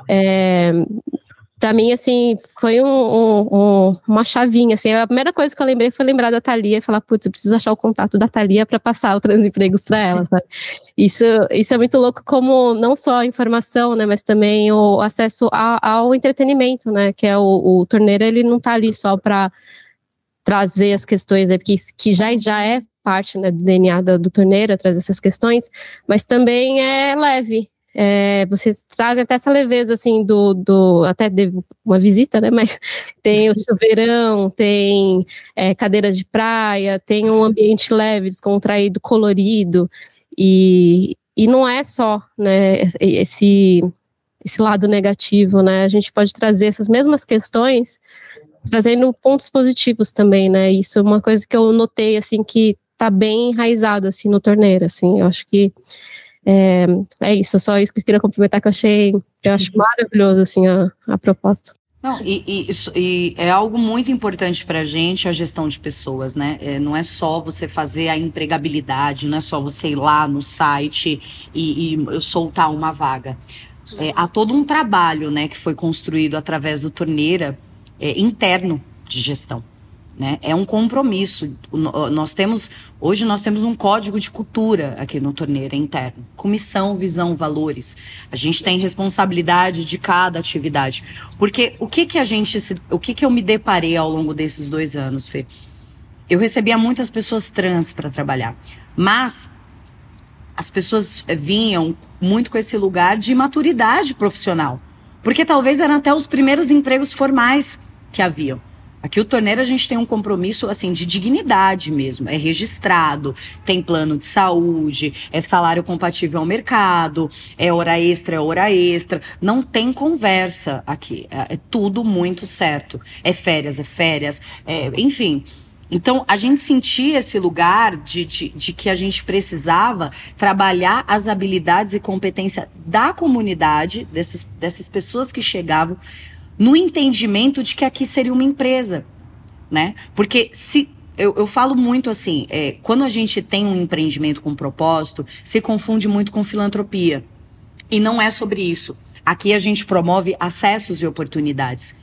para mim, assim, foi uma chavinha, assim, a primeira coisa que eu lembrei foi lembrar da Thalia e falar, putz, eu preciso achar o contato da Thalia para passar o Transempregos para ela, sabe? Isso é muito louco, como não só a informação, né, mas também o acesso ao entretenimento, né, que é o Torneira, ele não tá ali só para trazer as questões, né, porque que já é parte, né, do DNA do Torneira, trazer essas questões, mas também é leve. Vocês trazem até essa leveza, assim, até de uma visita, né, mas tem o chuveirão, tem cadeiras de praia, tem um ambiente leve, descontraído, colorido, e não é só, né, esse lado negativo, né? A gente pode trazer essas mesmas questões, trazendo pontos positivos também, né? Isso é uma coisa que eu notei, assim, que tá bem enraizado, assim, no Torneira, assim. Eu acho que é isso, só isso que eu queria complementar, que eu acho maravilhoso, assim, a proposta. Não, e é algo muito importante pra gente, a gestão de pessoas, né? Não é só você fazer a empregabilidade, não é só você ir lá no site e soltar uma vaga. Há todo um trabalho, né, que foi construído através do Torneira interno de gestão, né? É um compromisso. Hoje nós temos um código de cultura aqui no Torneira interno, com missão, visão, valores. A gente tem responsabilidade de cada atividade. Porque o que eu me deparei ao longo desses 2 anos, Fê? Eu recebia muitas pessoas trans para trabalhar, mas as pessoas vinham muito com esse lugar de maturidade profissional, porque talvez eram até os primeiros empregos formais que haviam. Aqui o Torneira a gente tem um compromisso assim de dignidade mesmo, é registrado, tem plano de saúde, é salário compatível ao mercado, é hora extra, não tem conversa aqui, é tudo muito certo, é férias, enfim. Então, a gente sentia esse lugar de que a gente precisava trabalhar as habilidades e competência da comunidade, dessas pessoas que chegavam, no entendimento de que aqui seria uma empresa, né? Porque eu falo muito assim, quando a gente tem um empreendimento com propósito, se confunde muito com filantropia. E não é sobre isso. Aqui a gente promove acessos e oportunidades,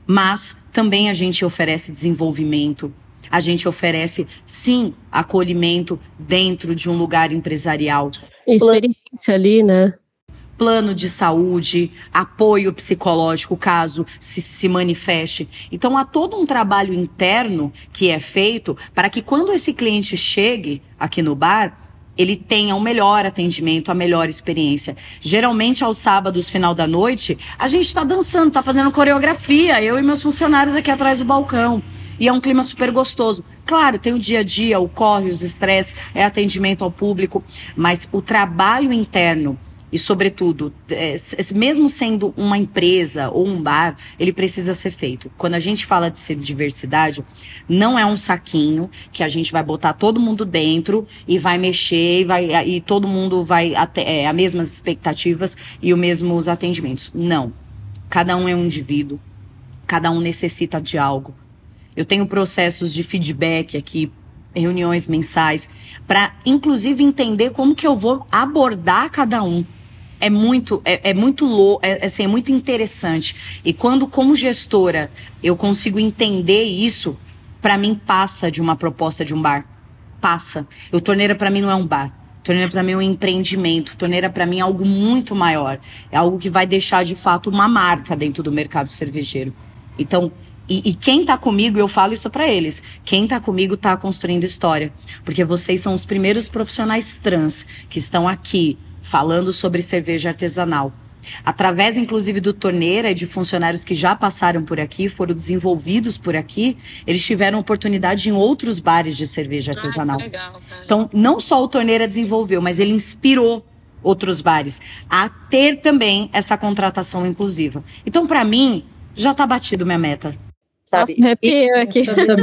mas também a gente oferece desenvolvimento. A gente oferece, sim, acolhimento dentro de um lugar empresarial. Experiência ali, né? Plano de saúde, apoio psicológico, caso se manifeste. Então, há todo um trabalho interno que é feito para que quando esse cliente chegue aqui no bar, ele tenha o melhor atendimento, a melhor experiência. Geralmente, aos sábados, final da noite, a gente está dançando, está fazendo coreografia, eu e meus funcionários aqui atrás do balcão. E é um clima super gostoso. Claro, tem o dia a dia, o corre, os estresses, atendimento ao público, mas o trabalho interno e, sobretudo, mesmo sendo uma empresa ou um bar, ele precisa ser feito. Quando a gente fala de ser diversidade, não é um saquinho que a gente vai botar todo mundo dentro e vai mexer e todo mundo vai até as mesmas expectativas e os mesmos atendimentos. Não. Cada um é um indivíduo, cada um necessita de algo. Eu tenho processos de feedback aqui, reuniões mensais, para inclusive entender como que eu vou abordar cada um. É muito louco, assim, é muito interessante. E quando, como gestora, eu consigo entender isso, para mim passa de uma proposta de um bar. Passa. O Torneira para mim não é um bar. Torneira para mim é um empreendimento. Torneira para mim é algo muito maior. É algo que vai deixar de fato uma marca dentro do mercado cervejeiro. Então, e quem tá comigo, eu falo isso pra eles, quem tá comigo tá construindo história, porque vocês são os primeiros profissionais trans que estão aqui falando sobre cerveja artesanal. Através, inclusive, do Torneira e de funcionários que já passaram por aqui, foram desenvolvidos por aqui, eles tiveram oportunidade em outros bares de cerveja artesanal. Legal, cara. Então, não só o Torneira desenvolveu, mas ele inspirou outros bares a ter também essa contratação inclusiva. Então, pra mim, já tá batido minha meta. Nossa, arrepio aqui.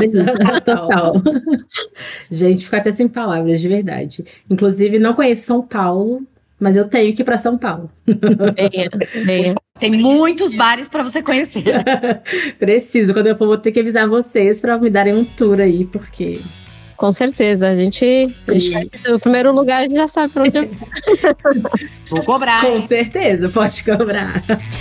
Total. Gente, fico até sem palavras, de verdade. Inclusive, não conheço São Paulo, mas eu tenho que ir para São Paulo. Venha. Tem muitos bares para você conhecer. Preciso. Quando eu for, vou ter que avisar vocês para me darem um tour aí, porque... Com certeza. A gente vai ser o primeiro lugar, a gente já sabe para onde eu vou. Vou cobrar. Com certeza, pode cobrar.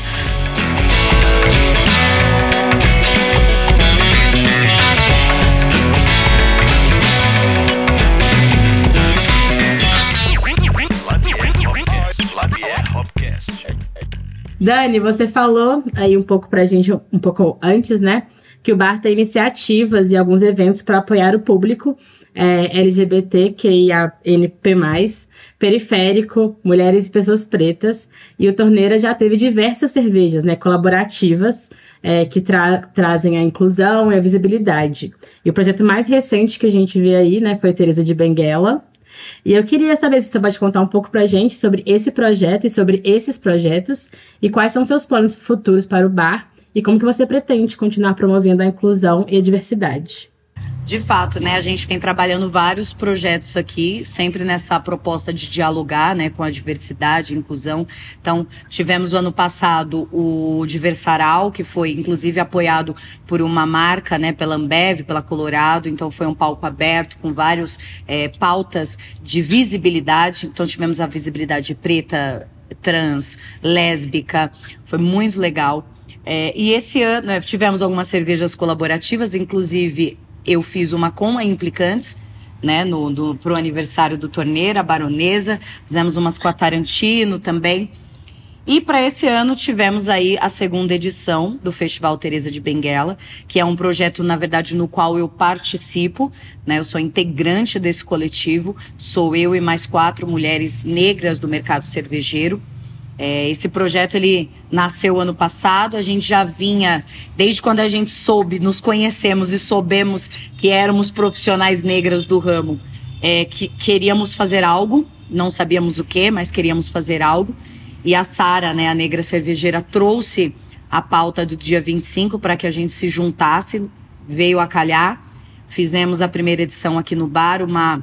Dani, você falou aí um pouco pra gente, um pouco antes, né? Que o bar tem iniciativas e alguns eventos para apoiar o público LGBTQIANP+, periférico, mulheres e pessoas pretas. E o Torneira já teve diversas cervejas, né, colaborativas, que trazem a inclusão e a visibilidade. E o projeto mais recente que a gente vê aí, né, foi Teresa de Benguela. E eu queria saber se você pode contar um pouco pra gente sobre esse projeto e sobre esses projetos e quais são seus planos futuros para o bar e como que você pretende continuar promovendo a inclusão e a diversidade. De fato, né, a gente vem trabalhando vários projetos aqui, sempre nessa proposta de dialogar, né, com a diversidade e inclusão. Então, tivemos o ano passado o Diversaral, que foi inclusive apoiado por uma marca, né, pela Ambev, pela Colorado. Então, foi um palco aberto com várias pautas de visibilidade. Então, tivemos a visibilidade preta, trans, lésbica. Foi muito legal. E esse ano tivemos algumas cervejas colaborativas, inclusive eu fiz uma com a Implicantes, né, pro aniversário do Torneira, a Baronesa, fizemos umas com a Tarantino também. E para esse ano tivemos aí a segunda edição do Festival Teresa de Benguela, que é um projeto, na verdade, no qual eu participo, né, eu sou integrante desse coletivo, sou eu e mais 4 mulheres negras do mercado cervejeiro. Esse projeto ele nasceu ano passado, a gente já vinha, desde quando a gente nos conhecemos e soubemos que éramos profissionais negras do ramo, que queríamos fazer algo, não sabíamos o que, mas queríamos fazer algo. E a Sara, né, a negra cervejeira, trouxe a pauta do dia 25 para que a gente se juntasse, veio a calhar. Fizemos a primeira edição aqui no bar,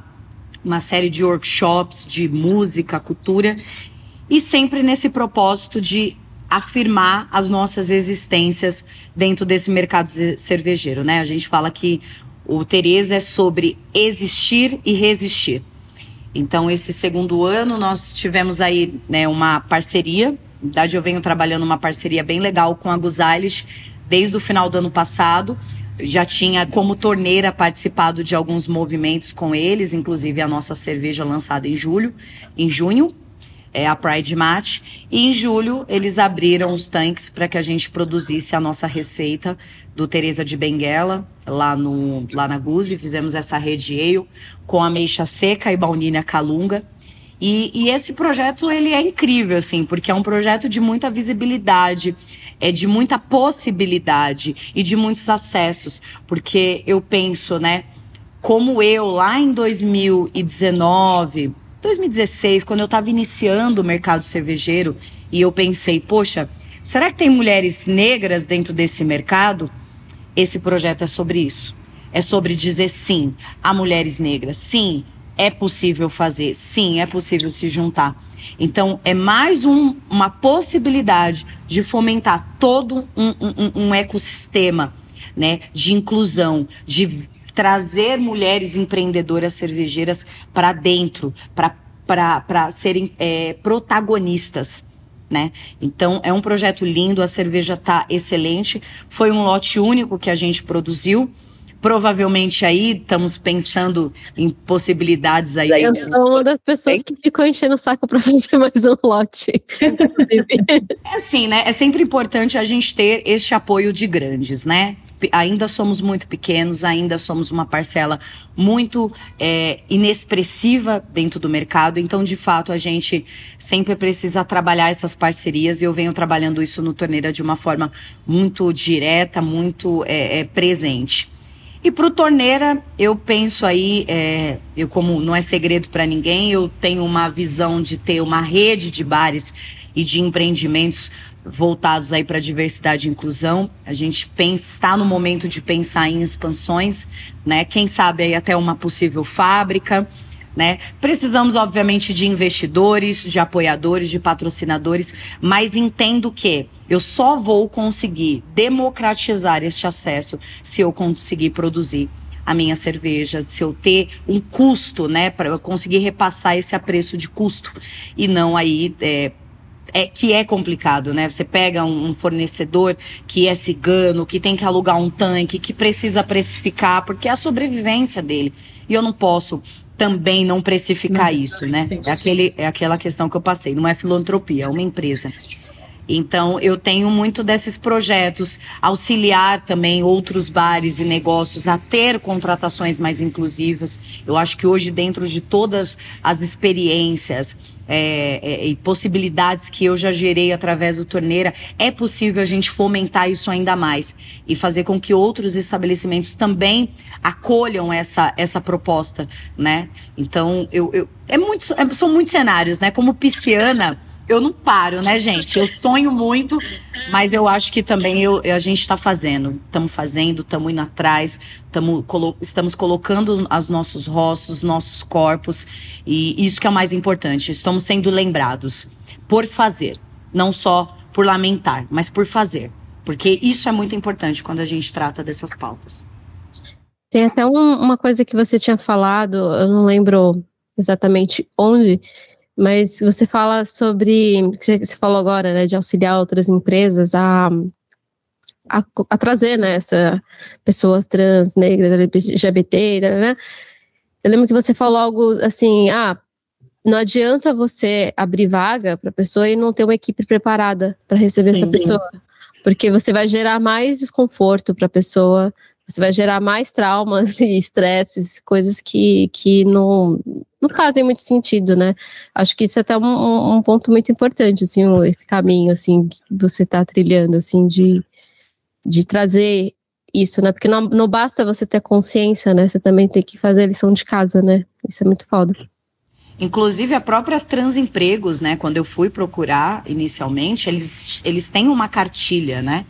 uma série de workshops de música, cultura, e sempre nesse propósito de afirmar as nossas existências dentro desse mercado cervejeiro, né? A gente fala que o Teresa é sobre existir e resistir. Então, esse segundo ano, nós tivemos aí, né, uma parceria. Na verdade, eu venho trabalhando uma parceria bem legal com a Guzales desde o final do ano passado. Já tinha, como torneira, participado de alguns movimentos com eles, inclusive a nossa cerveja lançada em junho. A Pride Match, e em julho eles abriram os tanques para que a gente produzisse a nossa receita do Teresa de Benguela, lá na Guzi. Fizemos essa rede ale com ameixa seca e baunilha calunga. E esse projeto ele é incrível, assim, porque é um projeto de muita visibilidade, de muita possibilidade e de muitos acessos, porque eu penso, né, como eu lá em 2016, quando eu estava iniciando o mercado cervejeiro, e eu pensei, poxa, será que tem mulheres negras dentro desse mercado? Esse projeto é sobre isso. É sobre dizer sim a mulheres negras. Sim, é possível fazer. Sim, é possível se juntar. Então, é mais uma possibilidade de fomentar todo um ecossistema, né, de inclusão, de trazer mulheres empreendedoras cervejeiras para dentro, para serem protagonistas, né? Então, é um projeto lindo, a cerveja tá excelente. Foi um lote único que a gente produziu. Provavelmente aí estamos pensando em possibilidades aí. Eu sou uma das pessoas que ficou enchendo o saco para fazer mais um lote. É assim, né? É sempre importante a gente ter este apoio de grandes, né? Ainda somos muito pequenos, ainda somos uma parcela muito inexpressiva dentro do mercado. Então, de fato, a gente sempre precisa trabalhar essas parcerias, e eu venho trabalhando isso no Torneira de uma forma muito direta, muito presente. E para o Torneira, eu penso aí, como não é segredo para ninguém, eu tenho uma visão de ter uma rede de bares e de empreendimentos voltados aí para diversidade e inclusão. A gente está no momento de pensar em expansões, né? Quem sabe aí até uma possível fábrica, né? Precisamos, obviamente, de investidores, de apoiadores, de patrocinadores, mas entendo que eu só vou conseguir democratizar este acesso se eu conseguir produzir a minha cerveja, se eu ter um custo, né, para eu conseguir repassar esse apreço de custo, e não aí que é complicado, né? Você pega um fornecedor que é cigano, que tem que alugar um tanque, que precisa precificar, porque é a sobrevivência dele. E eu não posso também não precificar isso, né? É aquela questão que eu passei. Não é filantropia, é uma empresa. Então, eu tenho muito desses projetos, auxiliar também outros bares e negócios a ter contratações mais inclusivas. Eu acho que hoje, dentro de todas as experiências e possibilidades que eu já gerei através do Torneira, é possível a gente fomentar isso ainda mais e fazer com que outros estabelecimentos também acolham essa proposta, né? Então, são muitos cenários, né? Como pisciana, eu não paro, né, gente? Eu sonho muito, mas eu acho que também a gente está fazendo. Estamos indo atrás, estamos colocando os nossos rostos, nossos corpos, e isso que é o mais importante. Estamos sendo lembrados por fazer, não só por lamentar, mas por fazer. Porque isso é muito importante quando a gente trata dessas pautas. Tem até uma coisa que você tinha falado, eu não lembro exatamente onde, mas você fala sobre, você falou agora, né, de auxiliar outras empresas a trazer, né, pessoas trans, negras, LGBT, né? Eu lembro que você falou algo assim, não adianta você abrir vaga para a pessoa e não ter uma equipe preparada para receber essa pessoa, porque você vai gerar mais desconforto para a pessoa, você vai gerar mais traumas e estresses, coisas que não fazem muito sentido, né? Acho que isso é até um ponto muito importante, assim, esse caminho, assim, que você está trilhando, assim, de trazer isso, né? Porque não basta você ter consciência, né? Você também tem que fazer a lição de casa, né? Isso é muito foda. Inclusive, a própria Transempregos, né? Quando eu fui procurar inicialmente, eles têm uma cartilha, né?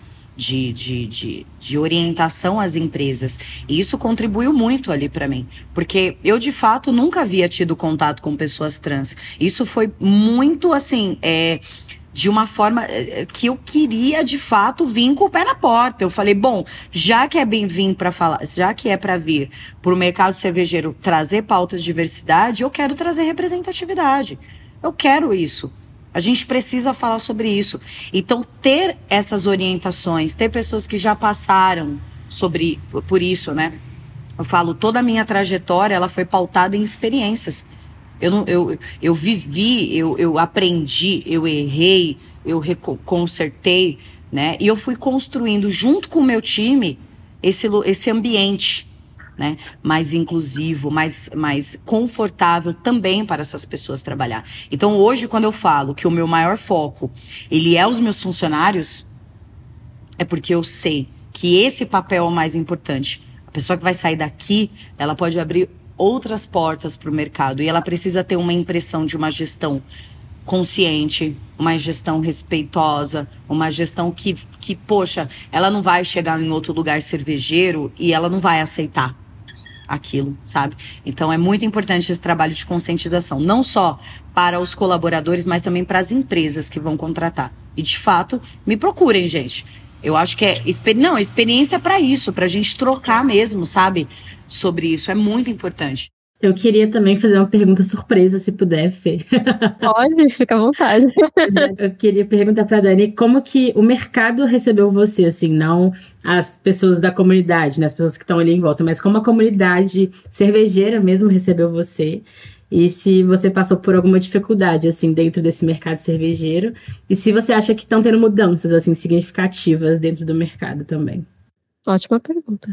De orientação às empresas. E isso contribuiu muito ali para mim. Porque eu, de fato, nunca havia tido contato com pessoas trans. Isso foi muito, assim, de uma forma que eu queria, de fato, vir com o pé na porta. Eu falei, bom, já que é bem-vindo para falar, já que é para vir para o mercado cervejeiro trazer pautas de diversidade, eu quero trazer representatividade. Eu quero isso. A gente precisa falar sobre isso. Então, ter essas orientações, ter pessoas que já passaram por isso, né? Eu falo, toda a minha trajetória, ela foi pautada em experiências. Eu vivi, eu aprendi, eu errei, eu consertei, né? E eu fui construindo, junto com o meu time, esse ambiente, né, mais inclusivo, mais confortável também para essas pessoas trabalhar. Então, hoje, quando eu falo que o meu maior foco, ele é os meus funcionários, é porque eu sei que esse papel é o mais importante. A pessoa que vai sair daqui, ela pode abrir outras portas para o mercado, e ela precisa ter uma impressão de uma gestão consciente, uma gestão respeitosa, uma gestão que, poxa, ela não vai chegar em outro lugar cervejeiro e ela não vai aceitar aquilo, sabe? Então é muito importante esse trabalho de conscientização, não só para os colaboradores, mas também para as empresas que vão contratar. E de fato, me procurem, gente. Eu acho que experiência para isso, para a gente trocar mesmo, sabe? Sobre isso, é muito importante. Eu queria também fazer uma pergunta surpresa, se puder, Fê. Pode, fica à vontade. Eu queria perguntar para a Dani como que o mercado recebeu você, assim, não as pessoas da comunidade, né, as pessoas que estão ali em volta, mas como a comunidade cervejeira mesmo recebeu você, e se você passou por alguma dificuldade, assim, dentro desse mercado cervejeiro, e se você acha que estão tendo mudanças, assim, significativas dentro do mercado também. Ótima pergunta.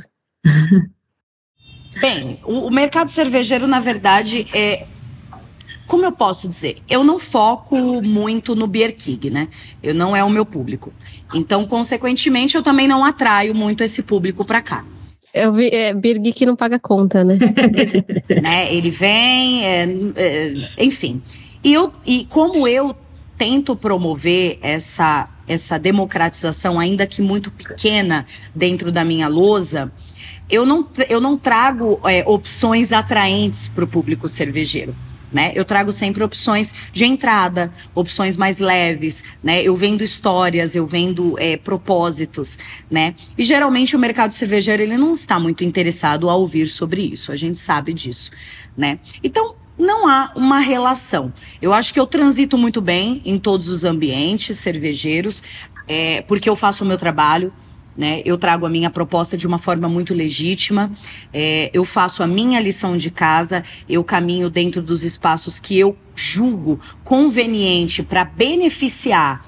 Bem, o mercado cervejeiro, na verdade, como eu posso dizer? Eu não foco muito no Beer King, né? Não é o meu público. Então, consequentemente, eu também não atraio muito esse público para cá. Beer Geek não paga conta, né? Né? Ele vem, enfim. E como eu tento promover essa democratização, ainda que muito pequena, dentro da minha lousa, eu não trago opções atraentes para o público cervejeiro, né? Eu trago sempre opções de entrada, opções mais leves, né? Eu vendo histórias, eu vendo propósitos, né? E geralmente o mercado cervejeiro, ele não está muito interessado a ouvir sobre isso, a gente sabe disso, né? Então, não há uma relação. Eu acho que eu transito muito bem em todos os ambientes cervejeiros, porque eu faço o meu trabalho, né? Eu trago a minha proposta de uma forma muito legítima, eu faço a minha lição de casa, eu caminho dentro dos espaços que eu julgo conveniente para beneficiar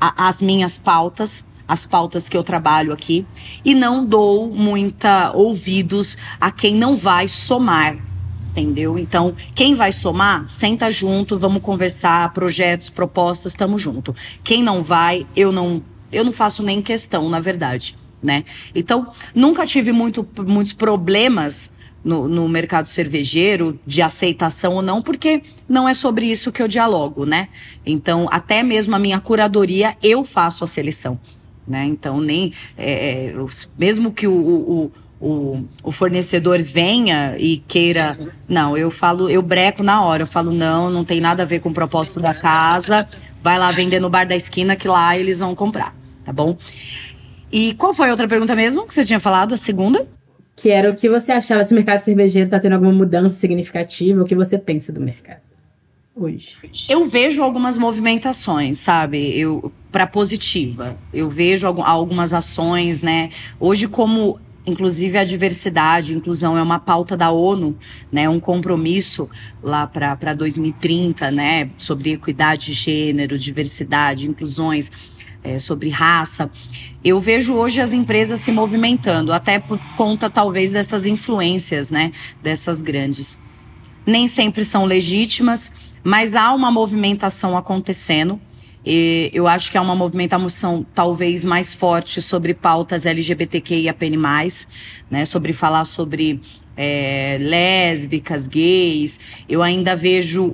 as minhas pautas, as pautas que eu trabalho aqui, e não dou muita ouvidos a quem não vai somar, entendeu? Então, quem vai somar, senta junto, vamos conversar, projetos, propostas, tamo junto. Quem não vai, eu não faço nem questão, na verdade, né? Então, nunca tive muitos problemas no mercado cervejeiro, de aceitação ou não, porque não é sobre isso que eu dialogo, né? Então, até mesmo a minha curadoria, eu faço a seleção, né? Então, mesmo que o fornecedor venha e queira... Não, eu breco na hora, eu falo, não tem nada a ver com o propósito da casa, vai lá vender no bar da esquina que lá eles vão comprar, tá bom? E qual foi a outra pergunta mesmo que você tinha falado, a segunda? Que era o que você achava, se o mercado cervejeiro está tendo alguma mudança significativa, o que você pensa do mercado hoje? Eu vejo algumas movimentações, sabe? Para positiva. Eu vejo algumas ações, né? Hoje, como inclusive a diversidade, inclusão é uma pauta da ONU, né? Um compromisso lá para 2030, né? Sobre equidade de gênero, diversidade, inclusões, sobre raça. Eu vejo hoje as empresas se movimentando, até por conta, talvez, dessas influências, né? Dessas grandes. Nem sempre são legítimas, mas há uma movimentação acontecendo. E eu acho que há uma movimentação, talvez, mais forte sobre pautas LGBTQIAP+, né? Sobre falar sobre lésbicas, gays. Eu ainda vejo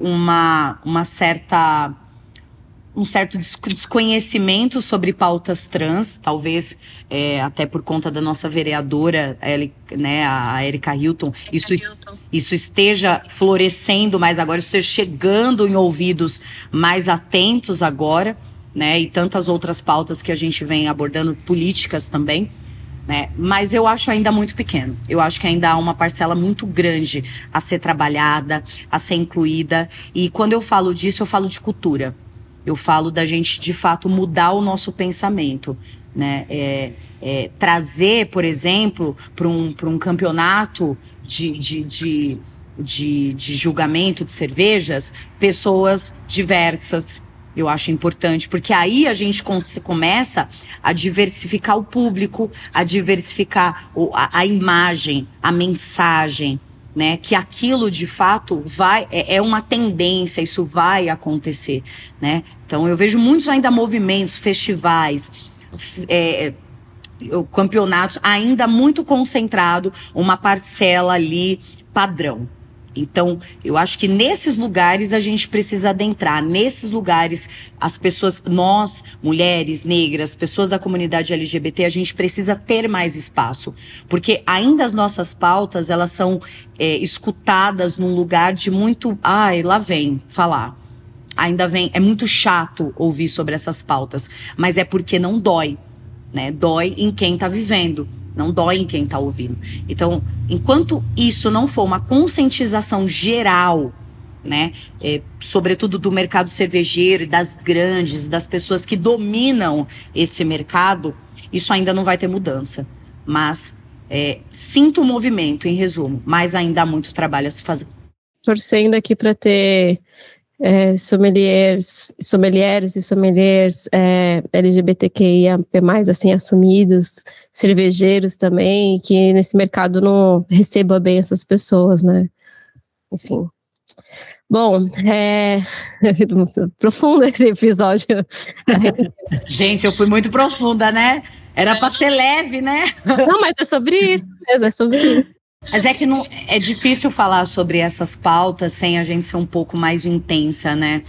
um certo desconhecimento sobre pautas trans, talvez até por conta da nossa vereadora, a Erika Hilton, isso esteja florescendo mais agora, isso esteja chegando em ouvidos mais atentos agora, né, e tantas outras pautas que a gente vem abordando, políticas também, né, mas eu acho ainda muito pequeno, eu acho que ainda há uma parcela muito grande a ser trabalhada, a ser incluída, e quando eu falo disso, eu falo de cultura. Eu falo da gente, de fato, mudar o nosso pensamento, né? Trazer, por exemplo, para um campeonato de julgamento de cervejas, pessoas diversas. Eu acho importante, porque aí a gente começa a diversificar o público, a diversificar a imagem, a mensagem, né, que aquilo de fato é uma tendência, isso vai acontecer, né? Então eu vejo muitos ainda movimentos, festivais, campeonatos ainda muito concentrado, uma parcela ali padrão. Então, eu acho que nesses lugares a gente precisa adentrar. Nesses lugares, as pessoas, nós, mulheres, negras, pessoas da comunidade LGBT, a gente precisa ter mais espaço. Porque ainda as nossas pautas, elas são escutadas num lugar de muito... Ai, lá vem falar. Ainda vem... É muito chato ouvir sobre essas pautas. Mas é porque não dói, né? Dói em quem tá vivendo. Não dói em quem está ouvindo. Então, enquanto isso não for uma conscientização geral, né, sobretudo do mercado cervejeiro e das grandes, das pessoas que dominam esse mercado, isso ainda não vai ter mudança. Mas sinto o movimento, em resumo, mas ainda há muito trabalho a se fazer. Torcendo aqui para ter sommeliers e sommeliers LGBTQIA+, assim, assumidos, cervejeiros também, que nesse mercado não receba bem essas pessoas, né? Enfim. Bom, profundo esse episódio. Gente, eu fui muito profunda, né? Era para ser leve, né? Não, mas é sobre isso mesmo, é sobre isso. Mas é que não, é difícil falar sobre essas pautas sem a gente ser um pouco mais intensa, né?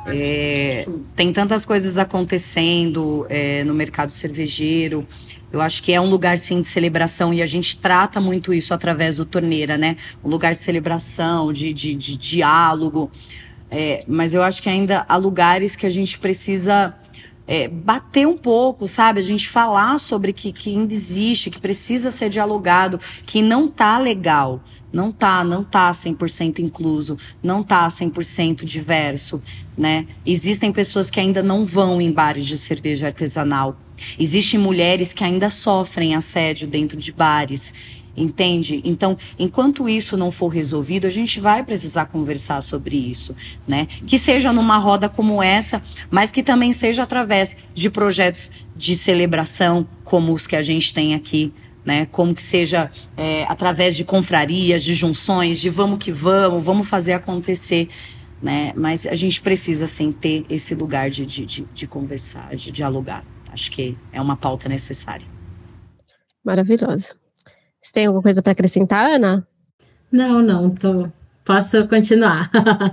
Tem tantas coisas acontecendo no mercado cervejeiro. Eu acho que é um lugar, sim, de celebração, e a gente trata muito isso através do Torneira, né? Um lugar de celebração, de diálogo. Mas eu acho que ainda há lugares que a gente precisa bater um pouco, sabe? A gente falar sobre que ainda existe, que precisa ser dialogado, que não tá legal, não tá 100% incluso, não tá 100% diverso, né? Existem pessoas que ainda não vão em bares de cerveja artesanal. Existem mulheres que ainda sofrem assédio dentro de bares. entende? Então, enquanto isso não for resolvido, a gente vai precisar conversar sobre isso, né? Que seja numa roda como essa, mas que também seja através de projetos de celebração, como os que a gente tem aqui, né? Como que seja através de confrarias, de junções, de vamos que vamos fazer acontecer, né? Mas a gente precisa, sim, ter esse lugar de conversar, de dialogar. Acho que é uma pauta necessária. Maravilhoso. Você tem alguma coisa para acrescentar, Ana? Não, posso continuar.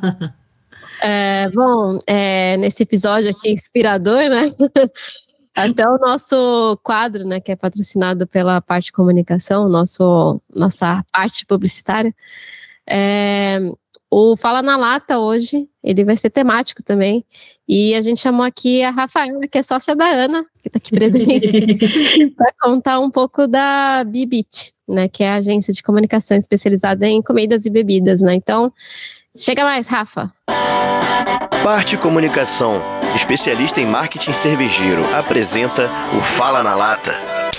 Bom, nesse episódio aqui inspirador, né? Até o nosso quadro, né, que é patrocinado pela parte de comunicação, nossa parte publicitária, o Fala na Lata hoje, ele vai ser temático também, e a gente chamou aqui a Rafaela, que é sócia da Ana, que está aqui presente, para contar um pouco da Bibit, né, que é a agência de comunicação especializada em comidas e bebidas, né, então, chega mais, Rafa. Parte Comunicação, especialista em marketing cervejeiro, apresenta o Fala na Lata.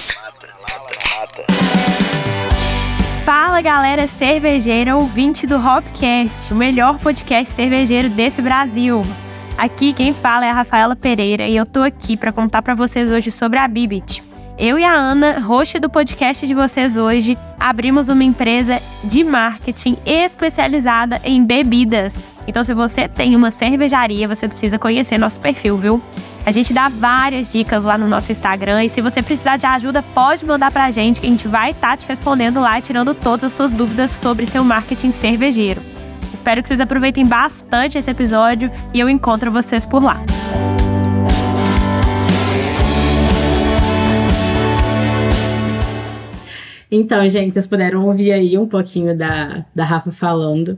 Fala, galera cervejeira ouvinte do Hopcast, o melhor podcast cervejeiro desse Brasil. Aqui quem fala é a Rafaela Pereira e eu tô aqui para contar para vocês hoje sobre a Bibit. Eu e a Ana, host do podcast de vocês hoje, abrimos uma empresa de marketing especializada em bebidas. Então, se você tem uma cervejaria, você precisa conhecer nosso perfil, viu? A gente dá várias dicas lá no nosso Instagram e se você precisar de ajuda, pode mandar pra gente que a gente vai estar te respondendo lá e tirando todas as suas dúvidas sobre seu marketing cervejeiro. Espero que vocês aproveitem bastante esse episódio e eu encontro vocês por lá. Então, gente, vocês puderam ouvir aí um pouquinho da Rafa falando.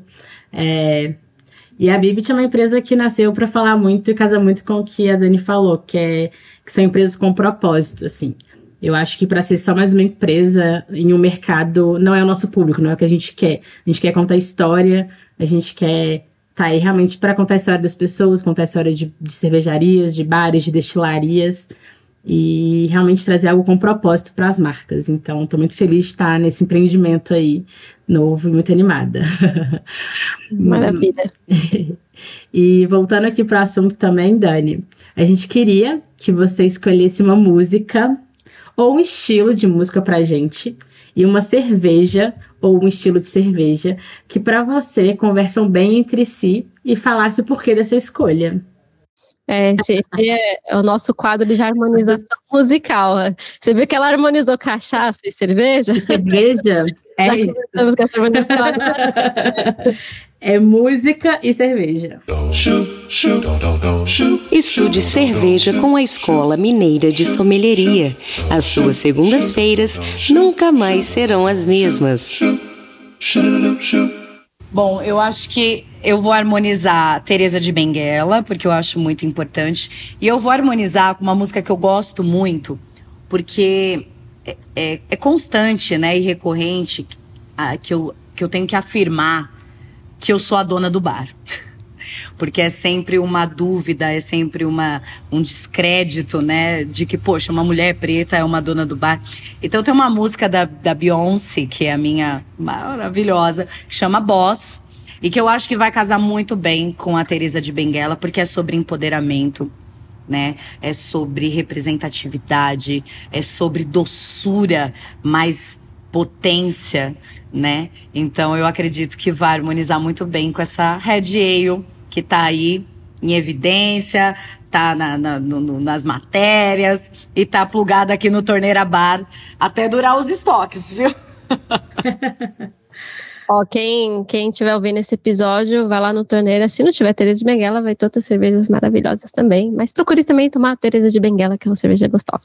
E a Bibit é uma empresa que nasceu para falar muito e casa muito com o que a Dani falou, que são empresas com propósito, assim. Eu acho que para ser só mais uma empresa em um mercado, não é o nosso público, não é o que a gente quer. A gente quer contar história, a gente quer estar aí realmente para contar a história das pessoas, contar a história de cervejarias, de bares, de destilarias e realmente trazer algo com propósito para as marcas. Então, estou muito feliz de estar nesse empreendimento aí novo e muito animada. Maravilha. E voltando aqui para o assunto também, Dani, a gente queria que você escolhesse uma música ou um estilo de música pra gente e uma cerveja ou um estilo de cerveja que para você conversam bem entre si e falasse o porquê dessa escolha. Esse é o nosso quadro de harmonização musical. Você viu que ela harmonizou cachaça e cerveja? Cerveja? Já isso. Com essa harmonização. É música e cerveja. Estude cerveja com a Escola Mineira de Sommelieria. As suas segundas-feiras nunca mais serão as mesmas. Bom, eu acho que eu vou harmonizar Teresa de Benguela, porque eu acho muito importante. E eu vou harmonizar com uma música que eu gosto muito, porque é constante, né, e recorrente, que eu tenho que afirmar que eu sou a dona do bar. Porque é sempre uma dúvida, é sempre um descrédito, né? De que, poxa, uma mulher preta é uma dona do bar. Então tem uma música da Beyoncé, que é a minha maravilhosa, que chama Boss. E que eu acho que vai casar muito bem com a Teresa de Benguela, porque é sobre empoderamento, né? É sobre representatividade, é sobre doçura, mais potência, né? Então eu acredito que vai harmonizar muito bem com essa Red Ale, que tá aí em evidência, tá nas matérias e tá plugada aqui no Torneira Bar até durar os estoques, viu? Ó, quem estiver ouvindo esse episódio, vai lá no Torneira. Se não tiver Teresa de Benguela, vai ter outras cervejas maravilhosas também. Mas procure também tomar a Teresa de Benguela, que é uma cerveja gostosa.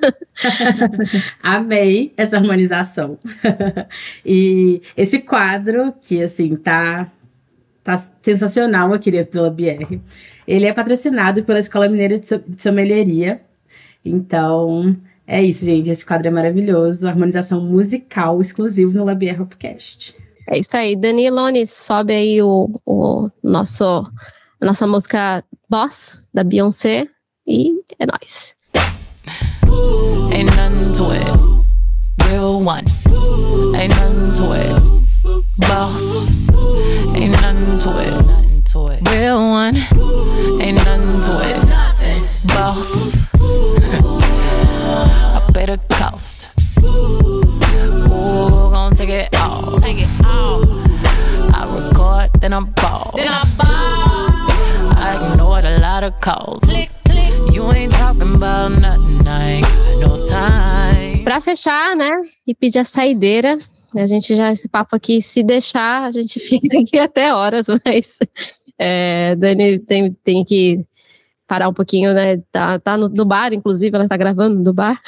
Amei essa harmonização. E esse quadro, que assim, tá sensacional aqui dentro do Labier. Ele é patrocinado pela Escola Mineira de Sommelieria. Então, é isso, gente. Esse quadro é maravilhoso. Harmonização musical exclusivo no Labier Hopcast. É isso aí. Dani Lones, sobe aí a nossa música Boss, da Beyoncé. E é nóis. Ain't nothing to it. Real one. ain't nothing to it. Boss, ain't nothing to it. Real one, ain't nothing to it. Boss, I pay the cost. Ooh, gon' take it all. I record, then I ball. I ignored a lot of calls. You ain't talking about nothing, I ain't got no time. Pra fechar, né, e pedir a saideira, a gente já, esse papo aqui, se deixar, a gente fica aqui até horas, mas Dani tem que parar um pouquinho, né, tá no bar, inclusive, ela tá gravando do bar.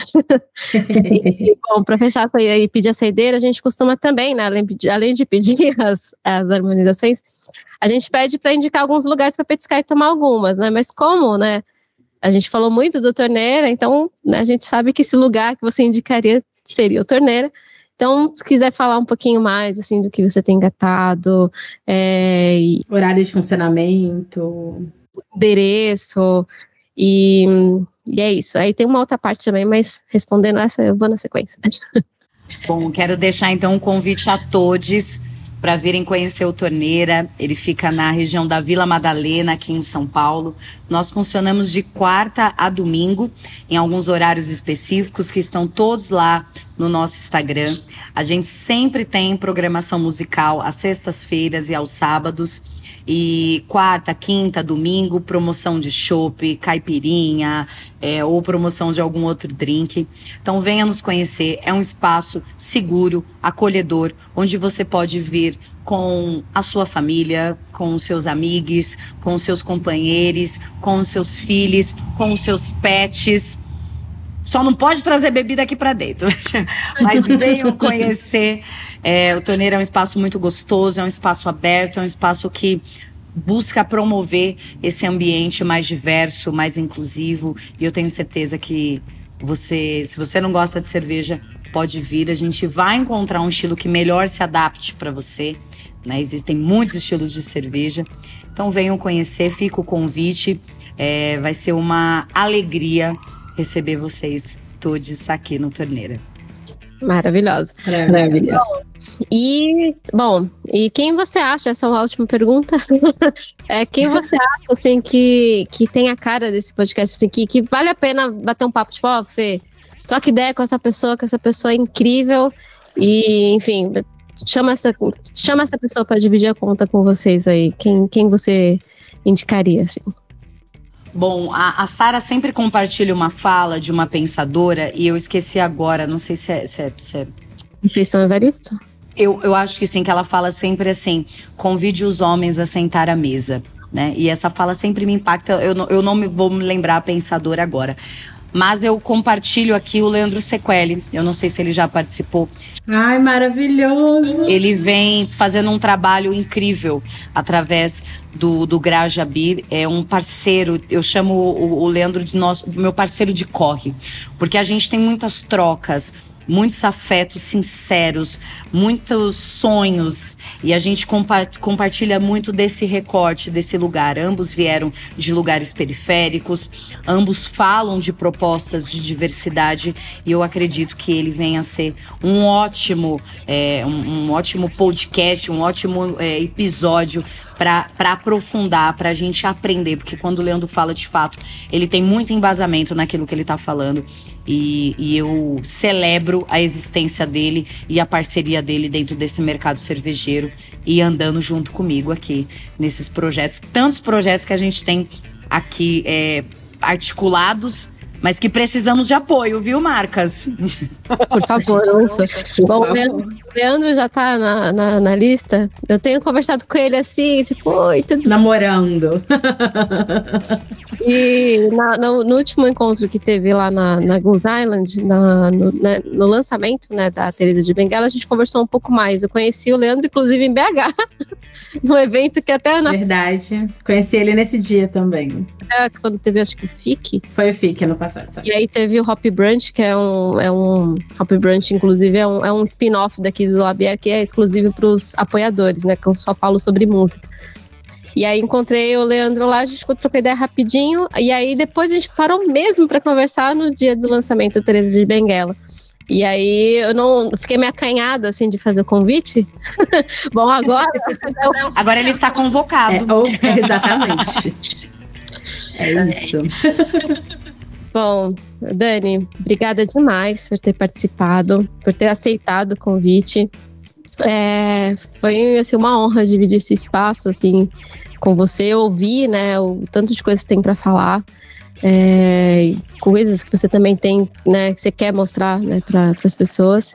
Bom, pra fechar e pedir a saideira, a gente costuma também, né, além de pedir as harmonizações, a gente pede pra indicar alguns lugares pra petiscar e tomar algumas, né, mas como, né, a gente falou muito do Torneira, então, né, a gente sabe que esse lugar que você indicaria seria o Torneira. Então, se quiser falar um pouquinho mais, assim, do que você tem engatado, horário de funcionamento, endereço, e é isso. Aí tem uma outra parte também, mas respondendo essa, eu vou na sequência. Bom, quero deixar então um convite a todos para virem conhecer o Torneira. Ele fica na região da Vila Madalena, aqui em São Paulo. Nós funcionamos de quarta a domingo, em alguns horários específicos, que estão todos lá no nosso Instagram. A gente sempre tem programação musical às sextas-feiras e aos sábados. E quarta, quinta, domingo, promoção de chopp, caipirinha, ou promoção de algum outro drink. Então venha nos conhecer, é um espaço seguro, acolhedor, onde você pode vir com a sua família, com os seus amigos, com os seus companheiros, com os seus filhos, com os seus pets. Só não pode trazer bebida aqui pra dentro, mas venham conhecer. O Torneira é um espaço muito gostoso, é um espaço aberto, é um espaço que busca promover esse ambiente mais diverso, mais inclusivo. E eu tenho certeza que se você não gosta de cerveja, pode vir. A gente vai encontrar um estilo que melhor se adapte para você, né? Existem muitos estilos de cerveja. Então venham conhecer, fica o convite. Vai ser uma alegria receber vocês todos aqui no Torneira. Maravilhosa. E quem você acha, essa é uma última pergunta, quem você acha, assim, que tem a cara desse podcast, assim, que vale a pena bater um papo, tipo, Fê, troca ideia com essa pessoa, que essa pessoa é incrível, e, enfim, chama essa pessoa para dividir a conta com vocês aí, quem você indicaria, assim? Bom, a Sara sempre compartilha uma fala de uma pensadora, e eu esqueci agora, não sei se é... Conceição Evaristo? Eu acho que sim, que ela fala sempre assim, convide os homens a sentar à mesa, né? E essa fala sempre me impacta, eu não vou me lembrar a pensadora agora. Mas eu compartilho aqui o Leandro Sequeli, eu não sei se ele já participou. Ai, maravilhoso! Ele vem fazendo um trabalho incrível através do Grajabir, é um parceiro, eu chamo o Leandro de meu parceiro de corre, porque a gente tem muitas trocas, muitos afetos sinceros, muitos sonhos, e a gente compartilha muito desse recorte, desse lugar. Ambos vieram de lugares periféricos, ambos falam de propostas de diversidade, e eu acredito que ele venha a ser um ótimo podcast, um ótimo episódio para aprofundar, para a gente aprender, porque quando o Leandro fala de fato, ele tem muito embasamento naquilo que ele está falando, e eu celebro a existência dele e a parceria dele dentro desse mercado cervejeiro e andando junto comigo aqui nesses projetos, tantos projetos que a gente tem aqui articulados, mas que precisamos de apoio, viu, marcas? Por favor, ouça. Bom, o Leandro já tá na lista. Eu tenho conversado com ele assim, tipo, oi, tudo namorando. E no último encontro que teve lá na Goose Island, no lançamento, né, da Teresa de Bengala, a gente conversou um pouco mais. Eu conheci o Leandro, inclusive, em BH, no evento que até... Verdade. Conheci ele nesse dia também. Quando teve, acho que o FIC. Foi o FIC ano passado. Sabe? E aí teve o Hop Brunch, que é um Hop Brunch, inclusive, é um spin-off daqui do Labier, que é exclusivo para os apoiadores, né? Que eu só falo sobre música. E aí encontrei o Leandro lá, a gente trocou ideia rapidinho, e aí depois a gente parou mesmo para conversar no dia do lançamento da Teresa de Benguela. E aí eu não fiquei meio acanhada, assim, de fazer o convite. Bom, agora... Agora ele está convocado. Exatamente. É isso. Bom, Dani, obrigada demais por ter participado, por ter aceitado o convite. Foi assim, uma honra dividir esse espaço assim, com você, ouvir, né, o tanto de coisas que tem para falar. Coisas que você também tem, né, que você quer mostrar, né, para as pessoas.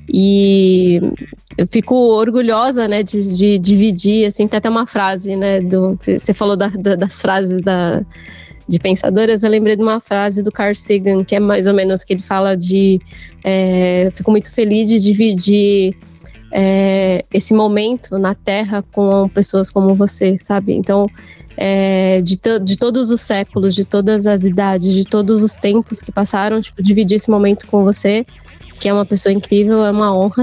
E eu fico orgulhosa, né, de dividir, assim, tem até uma frase, né, você falou das frases de pensadoras, eu lembrei de uma frase do Carl Sagan, que é mais ou menos que ele fala eu fico muito feliz de dividir esse momento na Terra com pessoas como você, sabe? Então, de todos os séculos, de todas as idades, de todos os tempos que passaram, tipo, dividir esse momento com você, que é uma pessoa incrível, é uma honra.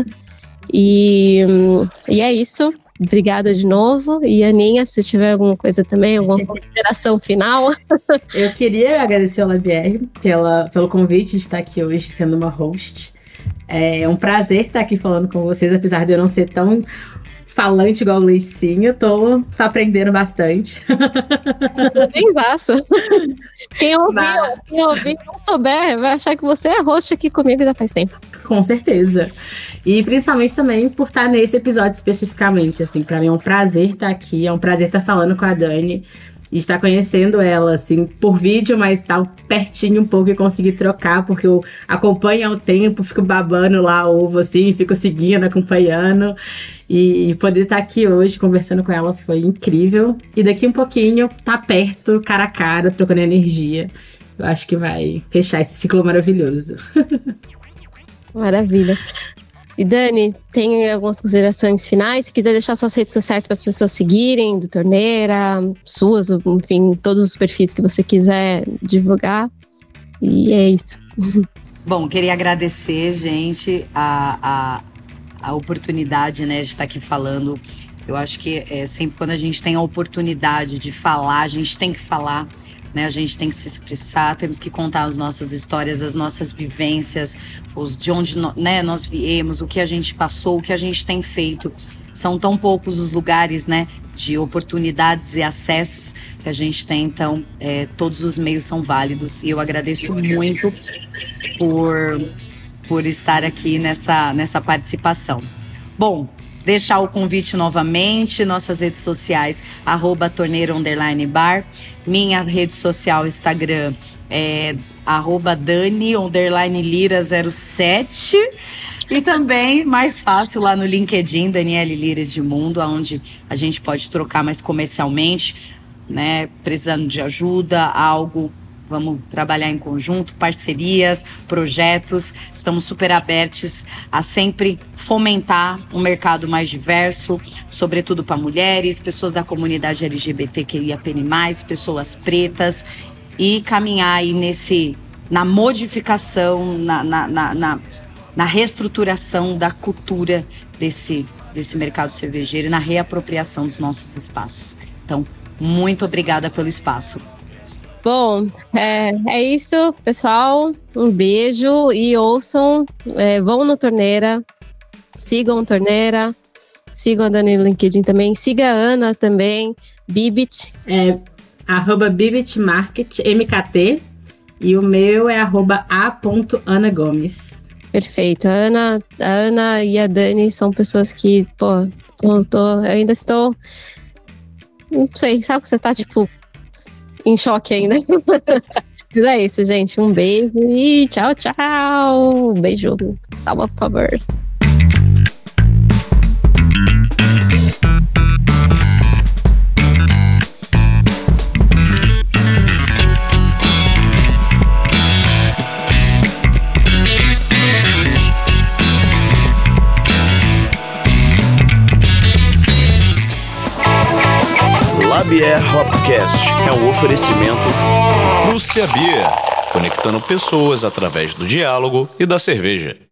E é isso. Obrigada de novo. E Aninha, se tiver alguma coisa também, alguma consideração final. Eu queria agradecer ao Labier pelo convite de estar aqui hoje sendo uma host. É um prazer estar aqui falando com vocês, apesar de eu não ser tão falante igual o Leicinho, tô aprendendo bastante. Benzaço. Quem ouvir e não souber, vai achar que você é host aqui comigo já faz tempo. Com certeza. E principalmente também por estar nesse episódio especificamente, assim, pra mim é um prazer estar aqui, é um prazer estar falando com a Dani e estar conhecendo ela, assim, por vídeo, mas estar pertinho um pouco e conseguir trocar, porque eu acompanho ao tempo, fico babando lá ovo, assim, fico seguindo, acompanhando. E poder estar aqui hoje conversando com ela foi incrível. E daqui um pouquinho, tá perto, cara a cara, trocando energia. Eu acho que vai fechar esse ciclo maravilhoso. Maravilha. E Dani, tem algumas considerações finais? Se quiser deixar suas redes sociais para as pessoas seguirem, do Torneira, suas, enfim, todos os perfis que você quiser divulgar. E é isso. Bom, queria agradecer, gente, a oportunidade, né, de estar aqui falando. Eu acho que sempre quando a gente tem a oportunidade de falar, a gente tem que falar, né? A gente tem que se expressar, temos que contar as nossas histórias, as nossas vivências, de onde nós viemos, o que a gente passou, o que a gente tem feito. São tão poucos os lugares, né, de oportunidades e acessos que a gente tem, então todos os meios são válidos. E eu agradeço muito por estar aqui nessa participação. Bom, deixar o convite novamente, nossas redes sociais, @torneira_bar, minha rede social Instagram é @Dani_Lira07 e também, mais fácil, lá no LinkedIn, Daniele Lira Edmundo, onde a gente pode trocar mais comercialmente, né, precisando de ajuda, algo. Vamos trabalhar em conjunto, parcerias, projetos. Estamos super abertos a sempre fomentar um mercado mais diverso, sobretudo para mulheres, pessoas da comunidade LGBTQIAPN+, pessoas pretas, e caminhar aí na modificação, na reestruturação da cultura desse mercado cervejeiro e na reapropriação dos nossos espaços. Então, muito obrigada pelo espaço. Bom, é isso, pessoal. Um beijo e ouçam, vão no Torneira, sigam o Torneira, sigam a Dani no LinkedIn também, siga a Ana também, Bibit. @BibitMarket, MKT, e o meu é @a.anagomes. Perfeito. A Ana e a Dani são pessoas que, ainda estou, não sei, sabe que você tá, tipo, em choque ainda. Mas é isso, gente. Um beijo e tchau, tchau. Beijo. Salva, por favor. Labier Hopcast é um oferecimento Prússia Beer, conectando pessoas através do diálogo e da cerveja.